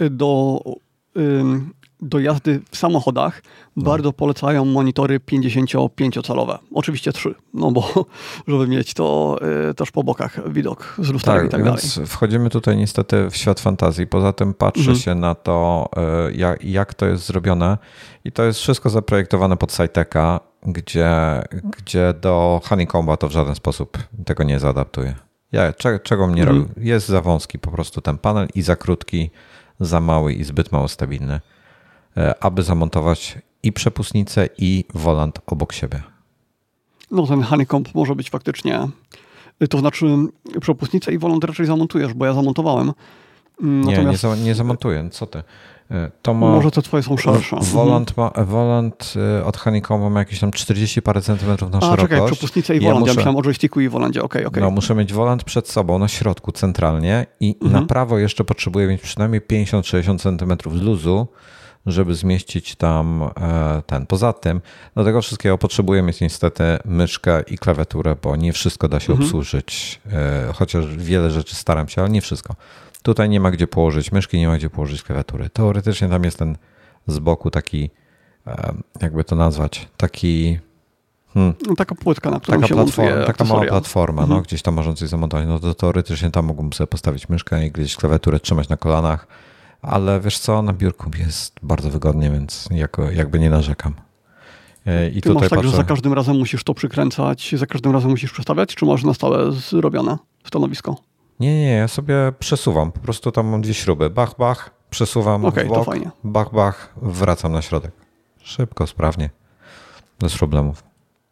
do jazdy w samochodach bardzo polecają monitory 55-calowe. Oczywiście 3, no bo żeby mieć to też po bokach widok z lusterek i tak dalej. Więc wchodzimy tutaj niestety w świat fantazji. Poza tym patrzy się na to, jak to jest zrobione i to jest wszystko zaprojektowane pod Scitecha, gdzie do Honeycomba to w żaden sposób tego nie zaadaptuje. Czego mnie robił? Jest za wąski po prostu ten panel i za krótki, za mały i zbyt mało stabilny, aby zamontować i przepustnicę, i wolant obok siebie. No ten Honeycomb może być faktycznie, to znaczy przepustnicę i wolant raczej zamontujesz, bo ja zamontowałem. Natomiast nie zamontuję, co ty? Może te twoje są szersze. Wolant od Honeycomba ma jakieś tam 40 parę centymetrów na szerokość. Czekaj, przepustnicę i wolant. Ja myślałem o joysticku i wolandzie. Okej. No, muszę mieć wolant przed sobą na środku centralnie i na prawo jeszcze potrzebuję mieć przynajmniej 50-60 centymetrów luzu, żeby zmieścić tam ten. Poza tym do tego wszystkiego potrzebuję mieć niestety myszkę i klawiaturę, bo nie wszystko da się obsłużyć. Chociaż wiele rzeczy staram się, ale nie wszystko. Tutaj nie ma gdzie położyć myszki, nie ma gdzie położyć klawiatury. Teoretycznie tam jest ten z boku taki, jakby to nazwać, taki... Taka płytka, na którą się montuje taka mała platforma, no, gdzieś tam można coś zamontować. No to teoretycznie tam mógłbym sobie postawić myszkę i gdzieś klawiaturę trzymać na kolanach, ale wiesz co, na biurku jest bardzo wygodnie, więc jakby nie narzekam. I ty masz tak, że za każdym razem musisz to przykręcać, za każdym razem musisz przestawiać, czy masz na stałe zrobione stanowisko? Nie, ja sobie przesuwam. Po prostu tam mam 2 śruby. Bach, bach, przesuwam w bok, to fajnie. Bach, bach, wracam na środek. Szybko, sprawnie. Bez problemów.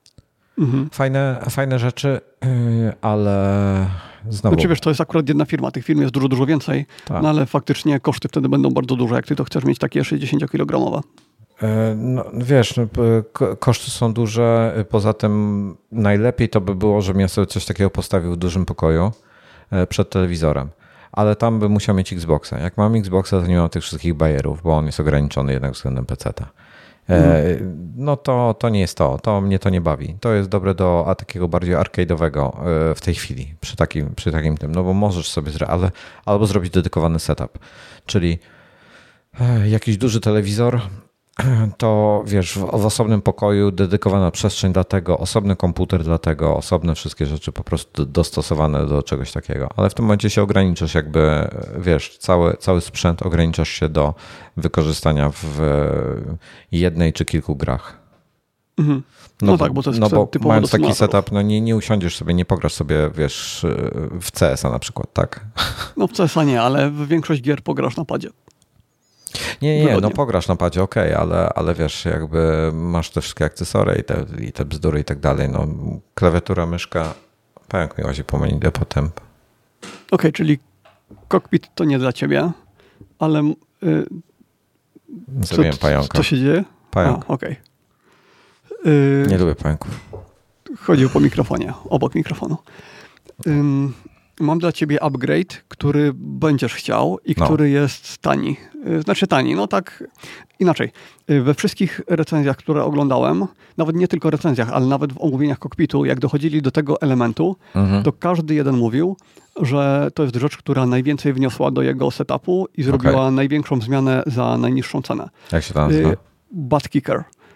Fajne rzeczy, ale znowu... Znaczy wiesz, to jest akurat jedna firma. Tych firm jest dużo więcej, no ale faktycznie koszty wtedy będą bardzo duże, jak ty to chcesz mieć takie 60-kilogramowe. No, wiesz, koszty są duże. Poza tym najlepiej to by było, żebym ja sobie coś takiego postawił w dużym pokoju przed telewizorem. Ale tam bym musiał mieć Xboxa. Jak mam Xboxa, to nie mam tych wszystkich bajerów, bo on jest ograniczony jednak względem PC-ta. No to nie jest to. Mnie to nie bawi. To jest dobre do takiego bardziej arcade'owego w tej chwili, przy takim tym. No bo możesz sobie albo zrobić dedykowany setup. Czyli jakiś duży telewizor, to wiesz, w osobnym pokoju dedykowana przestrzeń dla tego, osobny komputer dla tego, osobne wszystkie rzeczy po prostu dostosowane do czegoś takiego. Ale w tym momencie się ograniczasz jakby, wiesz, cały sprzęt ograniczasz się do wykorzystania w jednej czy kilku grach. No tak, bo to jest bo typowo mając taki setup, no nie usiądziesz sobie, nie pograsz sobie, wiesz, w CS-a na przykład, tak? No w CS-a nie, ale w większość gier pograsz na padzie. Nie, no pograsz na padzie, okej, ale wiesz, jakby masz te wszystkie akcesoria i te bzdury i tak dalej, no klawiatura, myszka, pająk mi łazi po menu, idę potem. Okej, czyli kokpit to nie dla ciebie, ale zrobiłem pająka. Co się dzieje? Pająk. Okej. Nie lubię pająków. Chodził po mikrofonie, obok mikrofonu. Mam dla ciebie upgrade, który będziesz chciał i który jest tani. Znaczy tani, no tak inaczej. We wszystkich recenzjach, które oglądałem, nawet nie tylko recenzjach, ale nawet w omówieniach kokpitu, jak dochodzili do tego elementu, to każdy jeden mówił, że to jest rzecz, która najwięcej wniosła do jego setupu i zrobiła największą zmianę za najniższą cenę. Jak się to nazywa? Butt Kicker.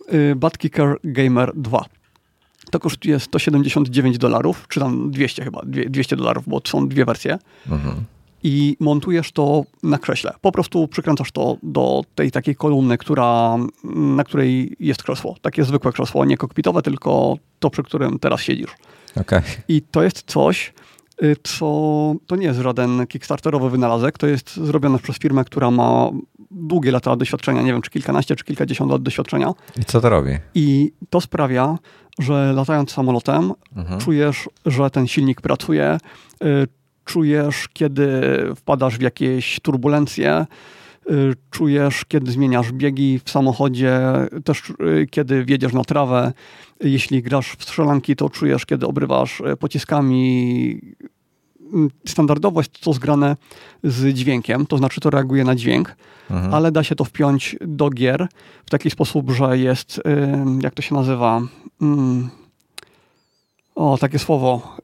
ButtKicker Gamer 2. To kosztuje $179, czy tam 200 chyba, $200, bo są dwie wersje. I montujesz to na krześle. Po prostu przykręcasz to do tej takiej kolumny, na której jest krzesło. Takie zwykłe krzesło, nie kokpitowe, tylko to, przy którym teraz siedzisz. Okay. I to jest coś, co to nie jest żaden kickstarterowy wynalazek. To jest zrobione przez firmę, która ma długie lata doświadczenia, nie wiem, czy kilkanaście, czy kilkadziesiąt lat doświadczenia. I co to robi? I to sprawia, że latając samolotem czujesz, że ten silnik pracuje, czujesz, kiedy wpadasz w jakieś turbulencje, czujesz, kiedy zmieniasz biegi w samochodzie, też kiedy wjedziesz na trawę. Jeśli grasz w strzelanki, to czujesz, kiedy obrywasz pociskami. Standardowo jest to zgrane z dźwiękiem, to znaczy to reaguje na dźwięk, ale da się to wpiąć do gier w taki sposób, że jest, jak to się nazywa, takie słowo,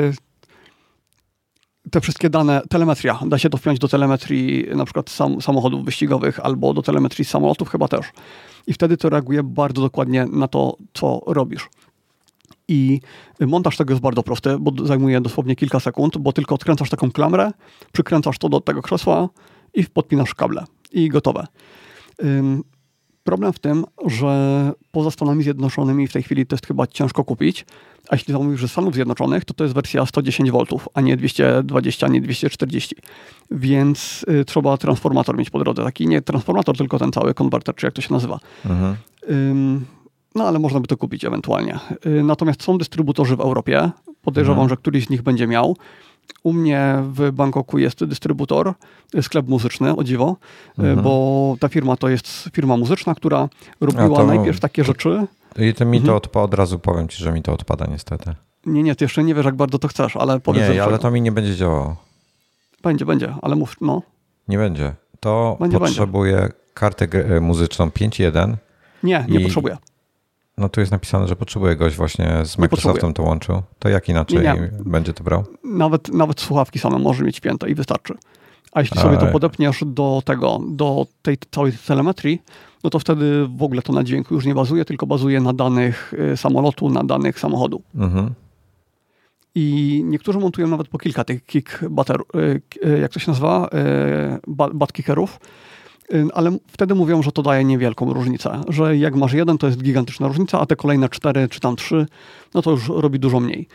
te wszystkie dane, telemetria, da się to wpiąć do telemetrii na przykład samochodów wyścigowych albo do telemetrii samolotów chyba też. I wtedy to reaguje bardzo dokładnie na to, co robisz. I montaż tego jest bardzo prosty, bo zajmuje dosłownie kilka sekund, bo tylko odkręcasz taką klamrę, przykręcasz to do tego krzesła i podpinasz kable i gotowe. Problem w tym, że poza Stanami Zjednoczonymi w tej chwili to jest chyba ciężko kupić, a jeśli zamówisz ze Stanów Zjednoczonych, to jest wersja 110 V, a nie 220, a nie 240. Więc trzeba transformator mieć po drodze. Taki nie transformator, tylko ten cały konwerter, czy jak to się nazywa. No ale można by to kupić ewentualnie. Natomiast są dystrybutorzy w Europie. Podejrzewam, że któryś z nich będzie miał. U mnie w Bangkoku jest dystrybutor, sklep muzyczny, o dziwo, bo ta firma to jest firma muzyczna, która robiła najpierw takie rzeczy. I to mi to odpada, od razu powiem ci, że mi to odpada niestety. Nie, ty jeszcze nie wiesz, jak bardzo to chcesz, ale powiedz. Nie, ale to mi nie będzie działało. Będzie, ale mów, no. Nie będzie. To potrzebuje kartę muzyczną 5.1. Nie potrzebuję. No tu jest napisane, że potrzebuje gość właśnie z Microsoftem to łączył. To jak inaczej będzie to brał? Nawet słuchawki same może mieć wpięte i wystarczy. A jeśli sobie to podepniesz do tej całej telemetrii, no to wtedy w ogóle to na dźwięku już nie bazuje, tylko bazuje na danych samolotu, na danych samochodu. I niektórzy montują nawet po kilka tych jak to się nazywa? ButtKickerów. Ale wtedy mówią, że to daje niewielką różnicę, że jak masz jeden, to jest gigantyczna różnica, a te kolejne 4 czy tam 3, no to już robi dużo mniej.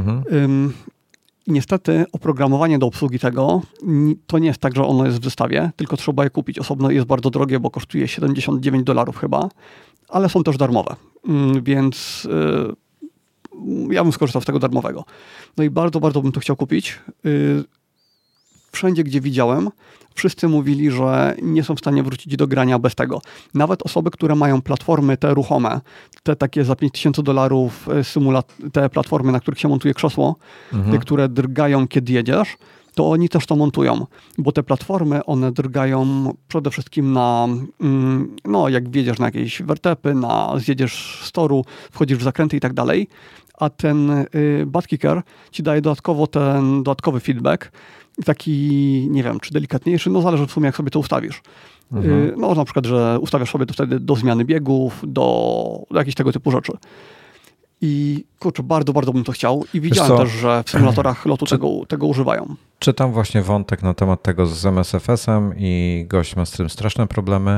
Niestety oprogramowanie do obsługi tego to nie jest tak, że ono jest w zestawie, tylko trzeba je kupić osobno i jest bardzo drogie, bo kosztuje $79 chyba, ale są też darmowe, więc ja bym skorzystał z tego darmowego. No i bardzo, bardzo bym to chciał kupić. Wszędzie, gdzie widziałem, wszyscy mówili, że nie są w stanie wrócić do grania bez tego. Nawet osoby, które mają platformy te ruchome, te takie za $5000 te platformy, na których się montuje krzesło, te, które drgają, kiedy jedziesz, to oni też to montują. Bo te platformy, one drgają przede wszystkim na, jak wjedziesz na jakieś wertepy, zjedziesz z toru, wchodzisz w zakręty i tak dalej, a ten ButtKicker ci daje dodatkowo ten dodatkowy feedback, taki, nie wiem, czy delikatniejszy, no zależy w sumie, jak sobie to ustawisz. No na przykład, że ustawiasz sobie to wtedy do zmiany biegów, do jakichś tego typu rzeczy. I kurczę, bardzo, bardzo bym to chciał i widziałem też, że w symulatorach lotu tego używają. Czytam właśnie wątek na temat tego z MSFS-em i gość ma z tym straszne problemy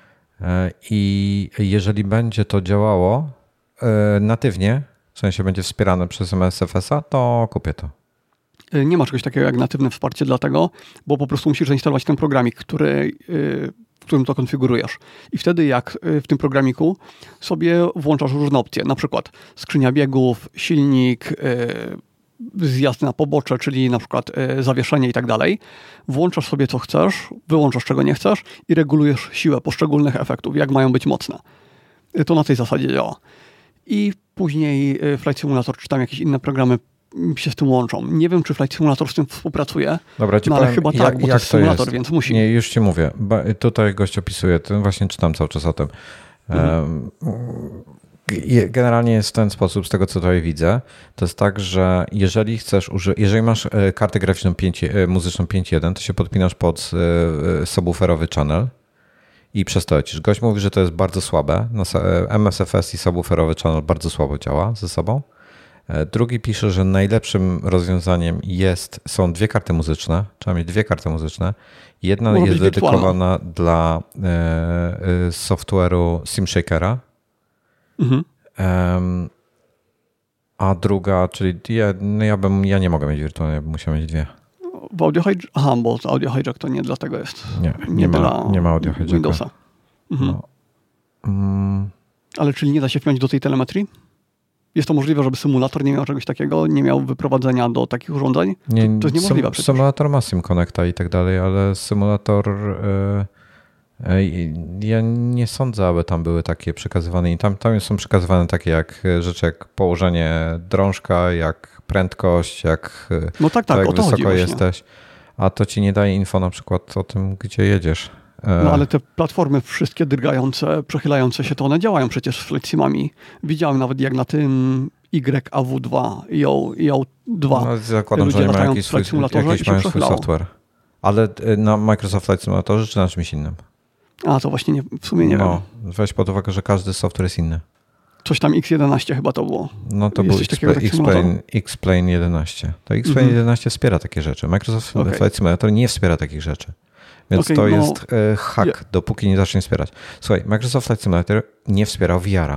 i jeżeli będzie to działało natywnie, w sensie będzie wspierane przez MSFS-a, to kupię to. Nie ma czegoś takiego jak natywne wsparcie dlatego, bo po prostu musisz zainstalować ten programik, w którym to konfigurujesz. I wtedy jak w tym programiku sobie włączasz różne opcje, na przykład skrzynia biegów, silnik, zjazd na pobocze, czyli na przykład zawieszenie i tak dalej, włączasz sobie co chcesz, wyłączasz czego nie chcesz i regulujesz siłę poszczególnych efektów, jak mają być mocne. To na tej zasadzie działa. I później Flight Simulator czy tam jakieś inne programy się z tym łączą. Nie wiem, czy Flight Simulator z tym współpracuje, dobra, ci powiem, ale chyba tak, bo to jest symulator, więc musi. Nie, już ci mówię. Tutaj gość opisuje, właśnie czytam cały czas o tym. Generalnie jest w ten sposób, z tego co tutaj widzę, to jest tak, że jeżeli masz kartę graficzną muzyczną 5.1, to się podpinasz pod subwooferowy channel i przez to lecisz. Gość mówi, że to jest bardzo słabe. MSFS i subwooferowy channel bardzo słabo działa ze sobą. Drugi pisze, że najlepszym rozwiązaniem są dwie karty muzyczne. Trzeba mieć dwie karty muzyczne. Jedna jest dedykowana dla software'u SimShakera. A druga, czyli ja nie mogę mieć wirtualnej, ja bym musiał mieć dwie. W Audio Hijack? Aha, bo Audio Hijack to nie dlatego jest. Nie ma Audio Hijacka. Windowsa. No. Ale czyli nie da się wpiąć do tej telemetrii? Jest to możliwe, żeby symulator nie miał czegoś takiego, nie miał wyprowadzenia do takich urządzeń? To jest niemożliwe przecież. Symulator ma SimConnecta i tak dalej, ale symulator... Ja nie sądzę, aby tam były takie przekazywane. I tam są przekazywane takie rzeczy jak położenie drążka, jak prędkość, jak, jak wysoko jesteś. A to ci nie daje info na przykład o tym, gdzie jedziesz. No ale te platformy wszystkie drgające, przechylające się, to one działają przecież z FlightSimami. Widziałem nawet jak na tym YAW2 i IO2. No, zakładam, że nie ma jakiś swój software. Ale na Microsoft Flight Simulatorze czy na czymś innym? A, to właśnie w sumie nie wiem. Weź pod uwagę, że każdy software jest inny. Coś tam X11 chyba to było. No to był X-Plane 11. To X-Plane 11 wspiera takie rzeczy. Microsoft Flight Simulator nie wspiera takich rzeczy. Więc to jest hack, dopóki nie zacznie wspierać. Słuchaj, Microsoft Flight Simulator nie wspierał VR-a.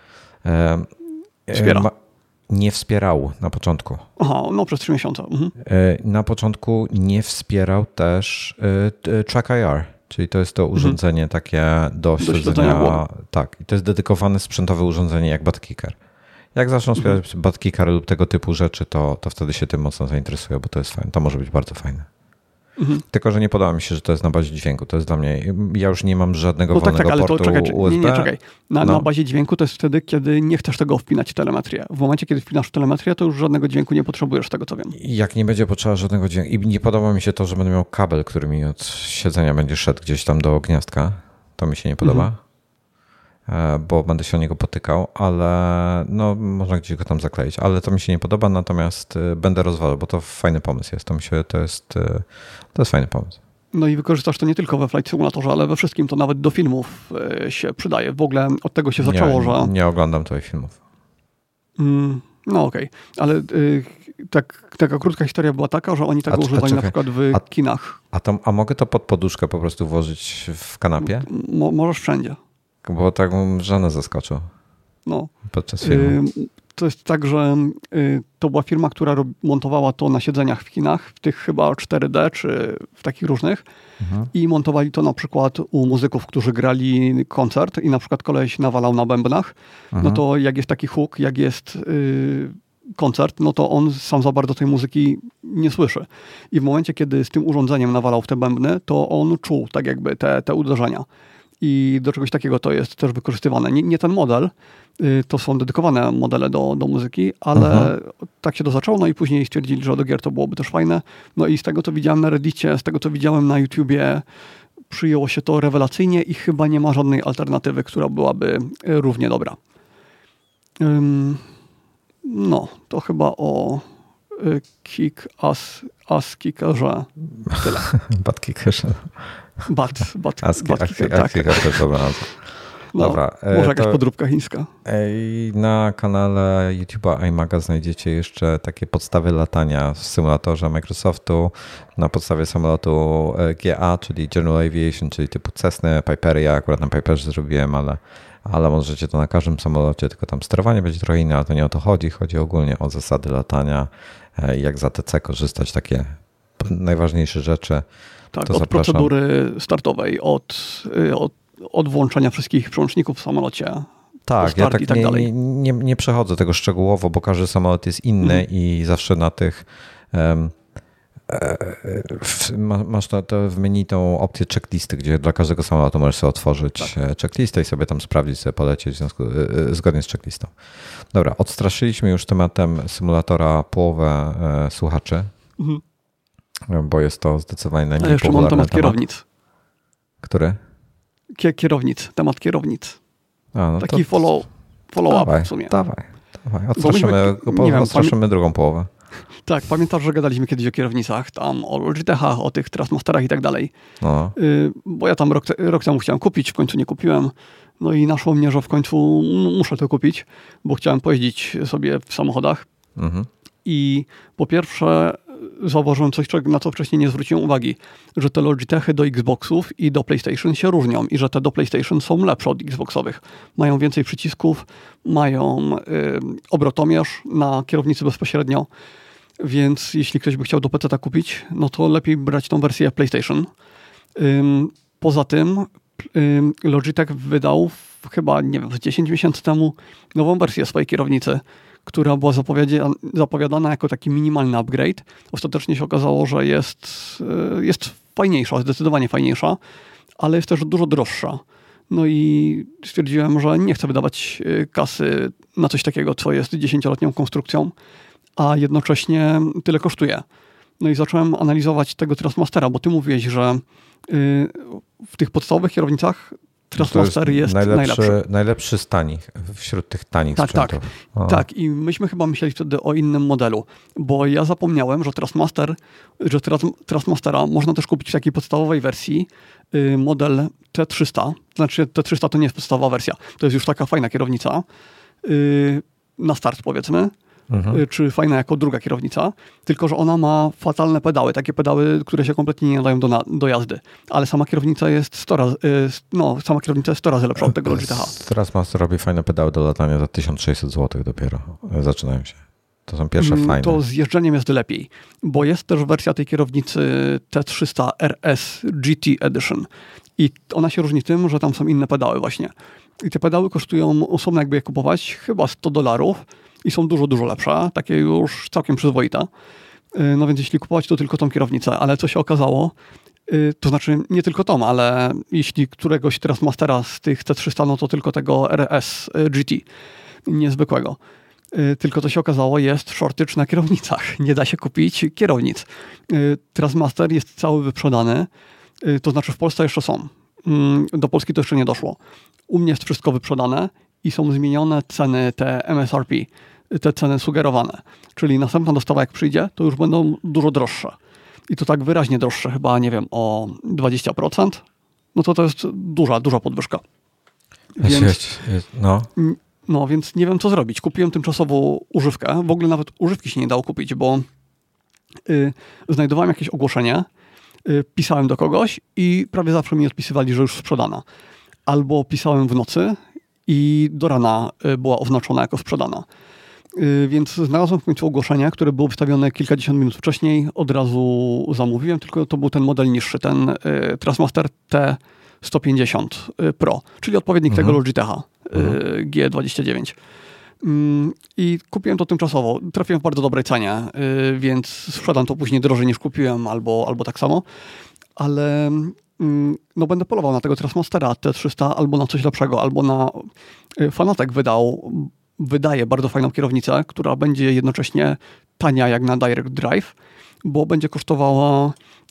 Nie wspierał na początku. Aha, przez 3 miesiące. Na początku nie wspierał też TrackIR, czyli to jest to urządzenie takie do śledzenia. Tak, i to jest dedykowane sprzętowe urządzenie jak ButtKicker. Jak zaczną wspierać ButtKicker lub tego typu rzeczy, to wtedy się tym mocno zainteresują, bo to jest fajne. To może być bardzo fajne. Tylko, że nie podoba mi się, że to jest na bazie dźwięku. To jest dla mnie... Ja już nie mam żadnego wolnego portu USB. Czekaj. Na bazie dźwięku to jest wtedy, kiedy nie chcesz tego wpinać w telemetrię. W momencie, kiedy wpinasz w telemetrię, to już żadnego dźwięku nie potrzebujesz, z tego co wiem. Jak nie będzie potrzeba żadnego dźwięku... I nie podoba mi się to, że będę miał kabel, który mi od siedzenia będzie szedł gdzieś tam do gniazdka. To mi się nie podoba. Bo będę się o niego potykał, ale można gdzieś go tam zakleić, ale to mi się nie podoba, natomiast będę rozważał, bo to fajny pomysł jest. To jest fajny pomysł. No i wykorzystasz to nie tylko we Flight Simulatorze, ale we wszystkim, to nawet do filmów się przydaje. W ogóle od tego się zaczęło, że... Nie oglądam twoich filmów. No okej, ale taka krótka historia była taka, że oni tego używali na przykład w kinach. A mogę to pod poduszkę po prostu włożyć w kanapie? Możesz wszędzie. Bo tak żonę zaskoczył podczas filmu. To jest tak, że to była firma, która montowała to na siedzeniach w kinach, w tych chyba 4D czy w takich różnych i montowali to na przykład u muzyków, którzy grali koncert i na przykład koleś nawalał na bębnach, no to jak jest taki hook, jak jest koncert, no to on sam za bardzo tej muzyki nie słyszy. I w momencie, kiedy z tym urządzeniem nawalał w te bębny, to on czuł tak jakby te uderzenia. I do czegoś takiego to jest też wykorzystywane. Nie ten model, to są dedykowane modele do muzyki, ale tak się to zaczęło, no i później stwierdzili, że do gier to byłoby też fajne. No i z tego, co widziałem na Reddicie, z tego, co widziałem na YouTubie, przyjęło się to rewelacyjnie i chyba nie ma żadnej alternatywy, która byłaby równie dobra. To chyba o Kickerze tyle. ButtKickerze. Dobra. Może jakaś podróbka chińska. Na kanale YouTube'a iMaga znajdziecie jeszcze takie podstawy latania w symulatorze Microsoftu na podstawie samolotu GA, czyli General Aviation, czyli typu Cessny, Pipery. Ja akurat na Piperze zrobiłem, ale możecie to na każdym samolocie, tylko tam sterowanie będzie trochę inne, ale to nie o to chodzi. Chodzi ogólnie o zasady latania, jak z ATC korzystać, takie najważniejsze rzeczy. Tak, od procedury startowej, od włączenia wszystkich przełączników w samolocie. Tak, ja tak dalej. Nie przechodzę tego szczegółowo, bo każdy samolot jest inny i zawsze na tych masz to w menu tą opcję checklisty, gdzie dla każdego samolotu możesz sobie otworzyć checklistę i sobie tam sprawdzić, sobie polecieć zgodnie z checklistą. Dobra, odstraszyliśmy już tematem symulatora połowę słuchaczy, bo jest to zdecydowanie najmniej popularny temat. Jeszcze mam temat kierownic. Który? Kierownic, temat kierownic. Taki follow-up w sumie. Dawaj. Odstraszymy drugą połowę. Tak, pamiętasz, że gadaliśmy kiedyś o kierownicach, tam o Logitechach, o tych Trustmasterach i tak dalej. No. Bo ja tam rok temu chciałem kupić, w końcu nie kupiłem. No i naszło mnie, że w końcu muszę to kupić, bo chciałem pojeździć sobie w samochodach. Mhm. I po pierwsze zauważyłem coś, na co wcześniej nie zwróciłem uwagi, że te Logitechy do Xboxów i do PlayStation się różnią i że te do PlayStation są lepsze od Xboxowych. Mają więcej przycisków, mają obrotomierz na kierownicy bezpośrednio, więc jeśli ktoś by chciał do PC-ta kupić, no to lepiej brać tą wersję PlayStation. Poza tym Logitech wydał chyba, nie wiem, 10 miesięcy temu nową wersję swojej kierownicy, która była zapowiadana jako taki minimalny upgrade. Ostatecznie się okazało, że jest fajniejsza, zdecydowanie fajniejsza, ale jest też dużo droższa. No i stwierdziłem, że nie chcę wydawać kasy na coś takiego, co jest 10-letnią konstrukcją, a jednocześnie tyle kosztuje. No i zacząłem analizować tego Trustmastera, bo ty mówiłeś, że w tych podstawowych kierownicach Trustmaster jest najlepszy. Najlepszy z tanich, wśród tych tanich sprzętów. Tak, i myśmy chyba myśleli wtedy o innym modelu, bo ja zapomniałem, że Trustmastera można też kupić w takiej podstawowej wersji, model T300, znaczy T300 to nie jest podstawowa wersja, to jest już taka fajna kierownica, na start powiedzmy, czy fajna jako druga kierownica, tylko że ona ma fatalne pedały, takie pedały, które się kompletnie nie nadają do jazdy, ale sama kierownica jest 100 razy lepsza od tego Logitecha. Trustmaster robi fajne pedały do latania za 1600 zł dopiero, zaczynają się. To są pierwsze fajne. To z jeżdżeniem jest lepiej, bo jest też wersja tej kierownicy T300 RS GT Edition i ona się różni tym, że tam są inne pedały właśnie. I te pedały kosztują osobno, jakby je kupować, chyba $100 i są dużo, dużo lepsze, takie już całkiem przyzwoite. No więc jeśli kupować, to tylko tą kierownicę, ale co się okazało, to znaczy nie tylko tą, ale jeśli któregoś Trustmastera z tych T300, no to tylko tego RS GT, niezwykłego. Tylko to się okazało, jest shortage na kierownicach. Nie da się kupić kierownic. Trustmaster jest cały wyprzedany, to znaczy w Polsce jeszcze są. Do Polski to jeszcze nie doszło. U mnie jest wszystko wyprzedane i są zmienione ceny, te MSRP, te ceny sugerowane. Czyli następna dostawa jak przyjdzie, to już będą dużo droższe. I to tak wyraźnie droższe, chyba nie wiem, o 20%. No to jest duża podwyżka. Więc nie wiem, co zrobić. Kupiłem tymczasową używkę. W ogóle nawet używki się nie dało kupić, bo znajdowałem jakieś ogłoszenie, pisałem do kogoś i prawie zawsze mi odpisywali, że już sprzedana. Albo pisałem w nocy i do rana była oznaczona jako sprzedana. Więc znalazłem w końcu ogłoszenie, które było wystawione kilkadziesiąt minut wcześniej. Od razu zamówiłem, tylko to był ten model niższy, ten Trustmaster T150 Pro, czyli odpowiednik tego Logitecha G29. I kupiłem to tymczasowo. Trafiłem w bardzo dobrej cenie, więc sprzedam to później drożej niż kupiłem, albo tak samo. Ale no będę polował na tego Trustmastera T300 albo na coś lepszego, albo na... Fanatec wydaje bardzo fajną kierownicę, która będzie jednocześnie tania jak na Direct Drive, bo będzie kosztowała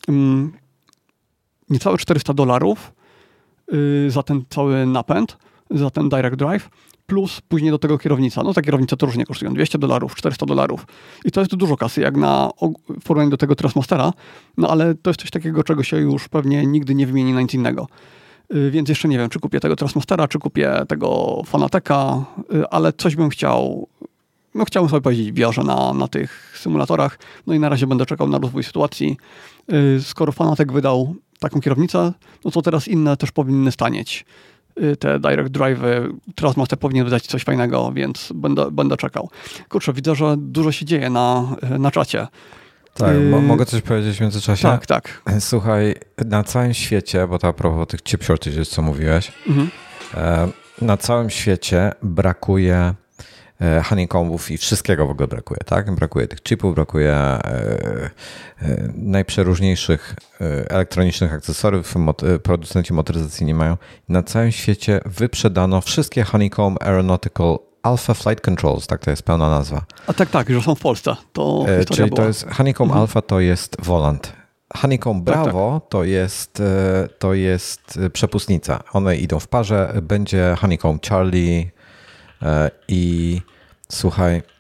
niecałe $400 za ten cały napęd, za ten Direct Drive, plus później do tego kierownica. No ta kierownica to różnie kosztują $200, $400 i to jest dużo kasy jak w porównaniu do tego Trustmastera, no ale to jest coś takiego, czego się już pewnie nigdy nie wymieni na nic innego. Więc jeszcze nie wiem, czy kupię tego Trustmastera, czy kupię tego Fanateca, ale coś bym chciał. No chciałbym sobie pojeździć w VR na tych symulatorach, no i na razie będę czekał na rozwój sytuacji. Skoro Fanatec wydał taką kierownicę, no to teraz inne też powinny stanieć. Te Direct Drive'y, Trustmaster powinien wydać coś fajnego, więc będę czekał. Kurczę, widzę, że dużo się dzieje na czacie. Tak, mogę coś powiedzieć w międzyczasie? Tak. Słuchaj, na całym świecie, bo to a propos tych chip shortages, co mówiłeś, na całym świecie brakuje honeycombów i wszystkiego w ogóle brakuje, tak? Brakuje tych chipów, brakuje najprzeróżniejszych elektronicznych akcesoriów, producenci motoryzacji nie mają. Na całym świecie wyprzedano wszystkie Honeycomb Aeronautical Alpha Flight Controls, tak to jest pełna nazwa. A tak, że są w Polsce. Czyli była. To jest Honeycomb Alpha to jest volant. Honeycomb Bravo to jest przepustnica. One idą w parze. Będzie Honeycomb Charlie i słuchaj,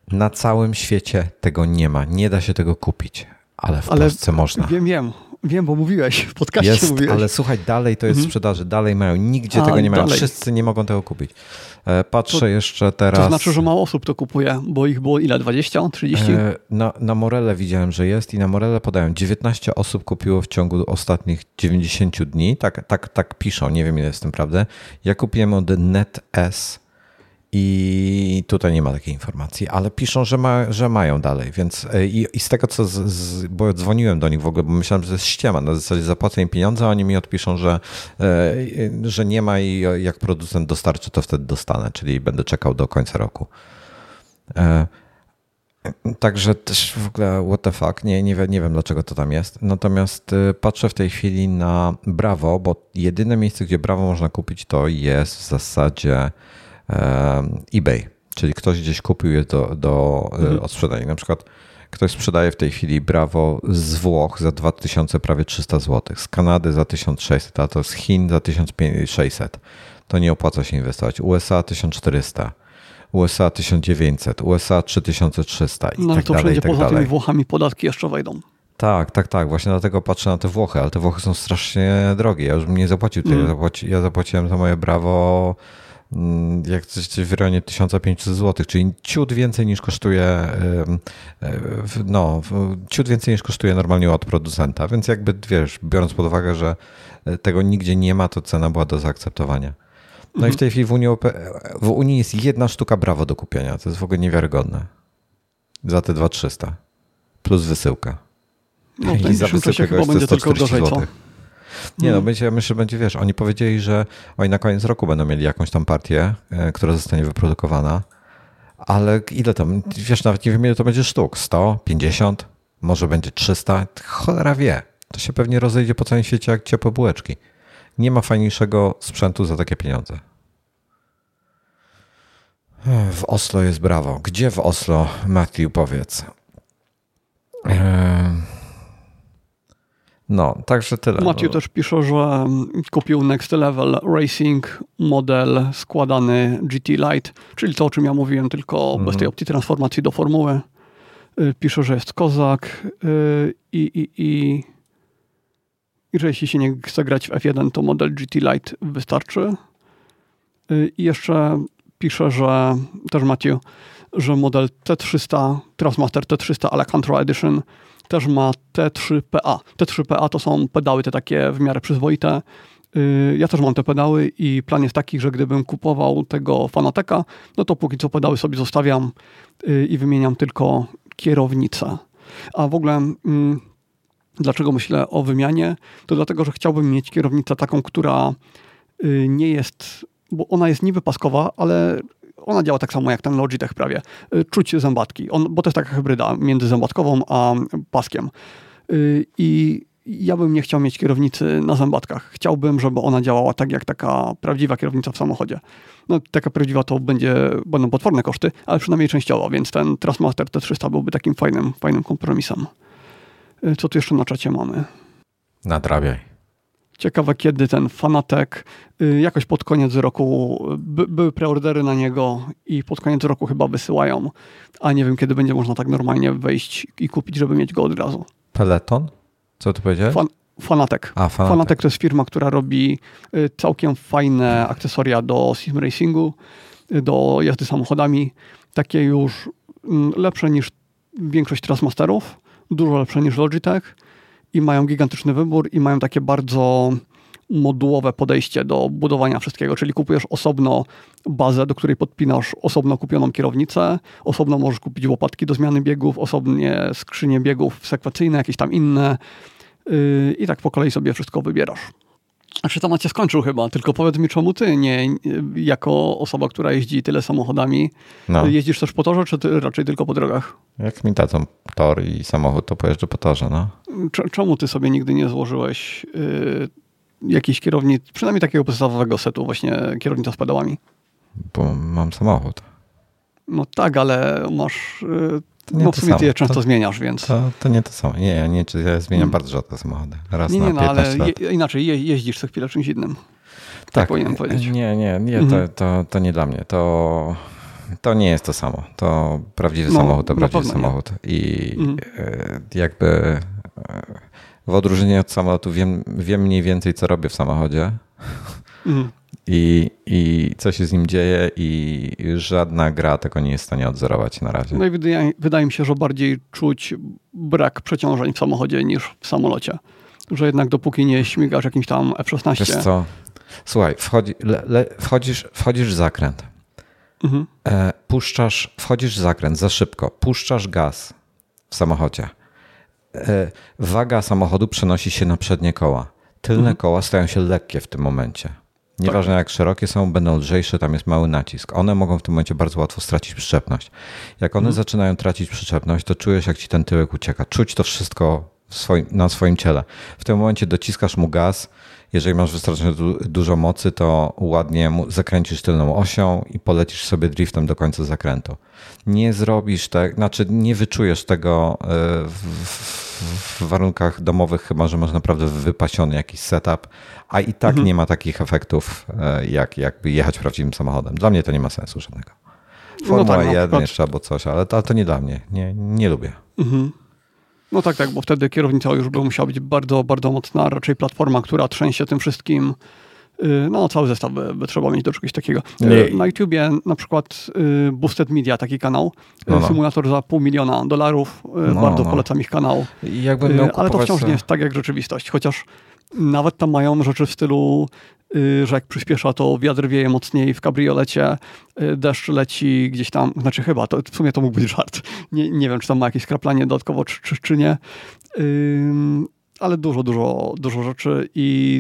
Na całym świecie tego nie ma. Nie da się tego kupić, ale w Polsce można. Wiem, bo mówiłeś, w podcaście mówiłeś. Ale słuchaj, dalej to jest w sprzedaży, dalej mają, nigdzie tego nie mają, wszyscy nie mogą tego kupić. Patrzę jeszcze teraz... To znaczy, że mało osób to kupuje, bo ich było ile, 20, 30? Na Morele widziałem, że jest i na Morele podają, 19 osób kupiło w ciągu ostatnich 90 dni, tak piszą, nie wiem ile jest w tym prawdy. Ja kupiłem od NetS i tutaj nie ma takiej informacji, ale piszą, że mają dalej, więc i z tego co, bo dzwoniłem do nich w ogóle, bo myślałem, że to jest ściema, na zasadzie zapłacę im pieniądze, a oni mi odpiszą, że nie ma i jak producent dostarczy, to wtedy dostanę, czyli będę czekał do końca roku. Także też w ogóle what the fuck, nie wiem dlaczego to tam jest, natomiast patrzę w tej chwili na Bravo, bo jedyne miejsce, gdzie Bravo można kupić, to jest w zasadzie eBay, czyli ktoś gdzieś kupił je do odsprzedania. Na przykład ktoś sprzedaje w tej chwili Bravo z Włoch za 2000, prawie 300 zł, z Kanady za 1600, a to z Chin za 1600. To nie opłaca się inwestować. USA 1400, USA 1900, USA 3300 i no tak to dalej. wszędzie poza tymi Włochami podatki jeszcze wejdą. Tak. Właśnie dlatego patrzę na te Włochy, ale te Włochy są strasznie drogie. Ja już bym nie zapłacił tyle. Ja zapłaciłem za moje Bravo jak coś w rejonie 1500 zł, czyli ciut więcej niż kosztuje ciut więcej niż kosztuje normalnie od producenta, więc jakby wiesz, biorąc pod uwagę, że tego nigdzie nie ma, to cena była do zaakceptowania. No i w tej chwili w Unii jest jedna sztuka Bravo do kupienia, to jest w ogóle niewiarygodne. Za te 2300 plus wysyłka. No w najbliższym czasie chyba będzie tylko gorzej, co? Nie, no myślę, że będzie, wiesz, oni powiedzieli, że oni na koniec roku będą mieli jakąś tam partię, która zostanie wyprodukowana, ale ile tam, wiesz, nawet nie wiem ile to będzie sztuk, 100, 50, może będzie 300, cholera wie. To się pewnie rozejdzie po całym świecie jak ciepłe bułeczki. Nie ma fajniejszego sprzętu za takie pieniądze. W Oslo jest Bravo. Gdzie w Oslo, Matthew, powiedz? No, także tyle. Matthew też pisze, że kupił Next Level Racing model składany GT Lite, czyli to, o czym ja mówiłem, tylko bez tej opcji transformacji do formuły. Pisze, że jest kozak i że jeśli się nie chce grać w F1, to model GT Lite wystarczy. I jeszcze pisze, że też Matthew, że model T300, Trustmaster T300 Alcantara Edition też ma T3PA. T3PA to są pedały te takie w miarę przyzwoite. Ja też mam te pedały i plan jest taki, że gdybym kupował tego Fanateka, no to póki co pedały sobie zostawiam i wymieniam tylko kierownicę. A w ogóle dlaczego myślę o wymianie? To dlatego, że chciałbym mieć kierownicę taką, która nie jest, bo ona jest niby paskowa, ale ona działa tak samo jak ten Logitech prawie. Czuć zębatki, bo to jest taka hybryda między zębatkową a paskiem. I ja bym nie chciał mieć kierownicy na zębatkach. Chciałbym, żeby ona działała tak jak taka prawdziwa kierownica w samochodzie. No taka prawdziwa to będą potworne koszty, ale przynajmniej częściowo, więc ten Trustmaster T300 byłby takim fajnym kompromisem. Co tu jeszcze na czacie mamy? Nadrabiaj. Ciekawe, kiedy ten Fanatek, jakoś pod koniec roku, były preordery na niego i pod koniec roku chyba wysyłają, a nie wiem, kiedy będzie można tak normalnie wejść i kupić, żeby mieć go od razu. Peloton? Co ty powiedziałeś? Fanatek. Fanatek to jest firma, która robi całkiem fajne akcesoria do sim racingu, do jazdy samochodami, takie już lepsze niż większość Trustmasterów, dużo lepsze niż Logitech. I mają gigantyczny wybór i mają takie bardzo modułowe podejście do budowania wszystkiego, czyli kupujesz osobno bazę, do której podpinasz osobno kupioną kierownicę, osobno możesz kupić łopatki do zmiany biegów, osobnie skrzynie biegów sekwencyjne, jakieś tam inne i tak po kolei sobie wszystko wybierasz. Znaczy temat się skończył chyba, tylko powiedz mi, czemu ty nie, jako osoba, która jeździ tyle samochodami, jeździsz też po torze, czy ty raczej tylko po drogach? Jak mi dadzą tor i samochód, to pojeżdżę po torze, no. Czemu ty sobie nigdy nie złożyłeś jakiejś kierownicy, przynajmniej takiego podstawowego setu, właśnie kierownica z pedałami? Bo mam samochód. No tak, ale masz... No w sumie ty je często zmieniasz, więc... To nie to samo. Ja zmieniam bardzo rzadko samochody. Raz na 15 lat. Inaczej jeździsz co chwilę czymś innym. Tak powinienem powiedzieć. Nie, to nie dla mnie. To to nie jest to samo. To prawdziwy samochód, to prawdziwy samochód. I jakby w odróżnieniu od samolotu wiem mniej więcej, co robię w samochodzie. I co się z nim dzieje i żadna gra tego nie jest w stanie odzorować na razie. No i wydaje mi się, że bardziej czuć brak przeciążeń w samochodzie niż w samolocie. Że jednak dopóki nie śmigasz jakimś tam F-16... Wiesz co? Słuchaj, wchodzisz w zakręt. Wchodzisz w zakręt za szybko. Puszczasz gaz w samochodzie. Waga samochodu przenosi się na przednie koła. Tylne koła stają się lekkie w tym momencie. Nieważne jak szerokie są, będą lżejsze, tam jest mały nacisk. One mogą w tym momencie bardzo łatwo stracić przyczepność. Jak one zaczynają tracić przyczepność, to czujesz, jak ci ten tyłek ucieka. Czuć to wszystko na swoim ciele. W tym momencie dociskasz mu gaz. Jeżeli masz wystarczająco dużo mocy, to ładnie zakręcisz tylną osią i polecisz sobie driftem do końca zakrętu. Nie zrobisz tego, znaczy nie wyczujesz tego w warunkach domowych, chyba że masz naprawdę wypasiony jakiś setup, a i tak nie ma takich efektów, jakby jechać prawdziwym samochodem. Dla mnie to nie ma sensu żadnego. Formuła 1 jeszcze albo coś, ale to nie dla mnie. Nie lubię. No tak, bo wtedy kierownica już by musiała być bardzo, bardzo mocna, raczej platforma, która trzęsie tym wszystkim. No cały zestaw by trzeba mieć do czegoś takiego. Na YouTubie na przykład Boosted Media, taki kanał, symulator za $500,000, bardzo polecam ich kanał. Ale to wciąż nie jest tak jak rzeczywistość, chociaż nawet tam mają rzeczy w stylu, że jak przyspiesza, to wiatr wieje mocniej w kabriolecie, deszcz leci gdzieś tam, znaczy chyba, to w sumie to mógł być żart. Nie wiem, czy tam ma jakieś skraplanie dodatkowo, czy nie. Ale dużo rzeczy i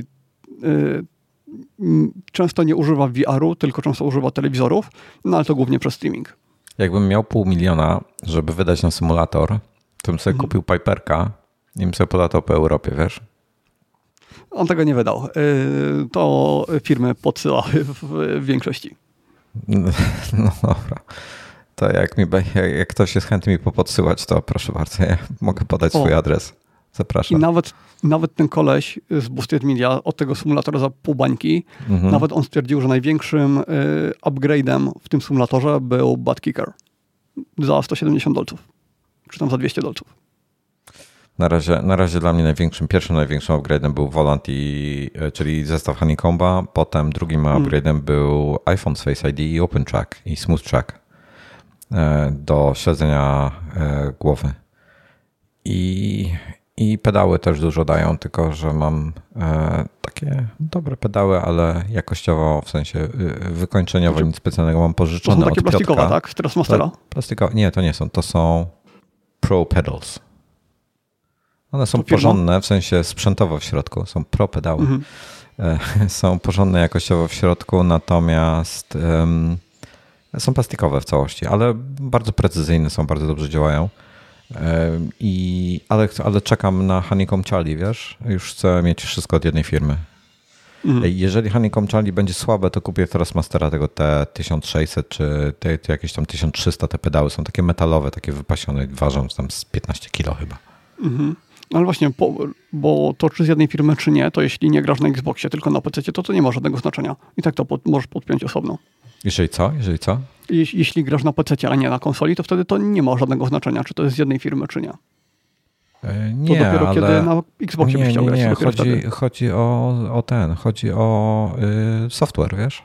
często nie używa VR-u, tylko często używa telewizorów, no ale to głównie przez streaming. Jakbym miał $500,000, żeby wydać na symulator, to bym sobie kupił Piperka i bym sobie polatał po Europie, wiesz? On tego nie wydał. To firmy podsyłały w większości. No dobra. To jak ktoś jest chętny mi popodsyłać, to proszę bardzo, ja mogę podać swój adres. Zapraszam. I nawet ten koleś z Boosted Media od tego symulatora za pół bańki, nawet on stwierdził, że największym upgrade'em w tym symulatorze był Butt Kicker za $170. Czy tam za $200. Na razie dla mnie pierwszym największym upgrade'em był Volant, czyli zestaw Honeycomba, potem drugim upgrade'em był iPhone Face ID i Open Track i Smooth Track do śledzenia głowy. I pedały też dużo dają, tylko że mam takie dobre pedały, ale jakościowo, w sensie wykończeniowo nic specjalnego mam pożyczone od Piotrka. To są takie plastikowe, tak? Z Trustmastera? Plastikowe? Nie, to nie są. To są Pro Pedals. One są porządne, w sensie sprzętowo w środku. Są Pro pedały. Są porządne jakościowo w środku, natomiast są plastikowe w całości, ale bardzo precyzyjne są, bardzo dobrze działają. Ale czekam na Honeycomb Charlie, wiesz? Już chcę mieć wszystko od jednej firmy. Jeżeli Honeycomb Charlie będzie słabe, to kupię teraz Mastera tego T1600 czy jakieś tam 1300. Te pedały są takie metalowe, takie wypasione, ważą tam z 15 kilo chyba. Ale właśnie, bo to czy z jednej firmy, czy nie, to jeśli nie grasz na Xboxie, tylko na PC, to nie ma żadnego znaczenia. I tak to możesz podpiąć osobno. Jeżeli co? Jeśli grasz na PC, a nie na konsoli, to wtedy to nie ma żadnego znaczenia, czy to jest z jednej firmy, czy nie. Nie, to dopiero kiedy na Xboxie byś chciał grać. Chodzi o software, wiesz?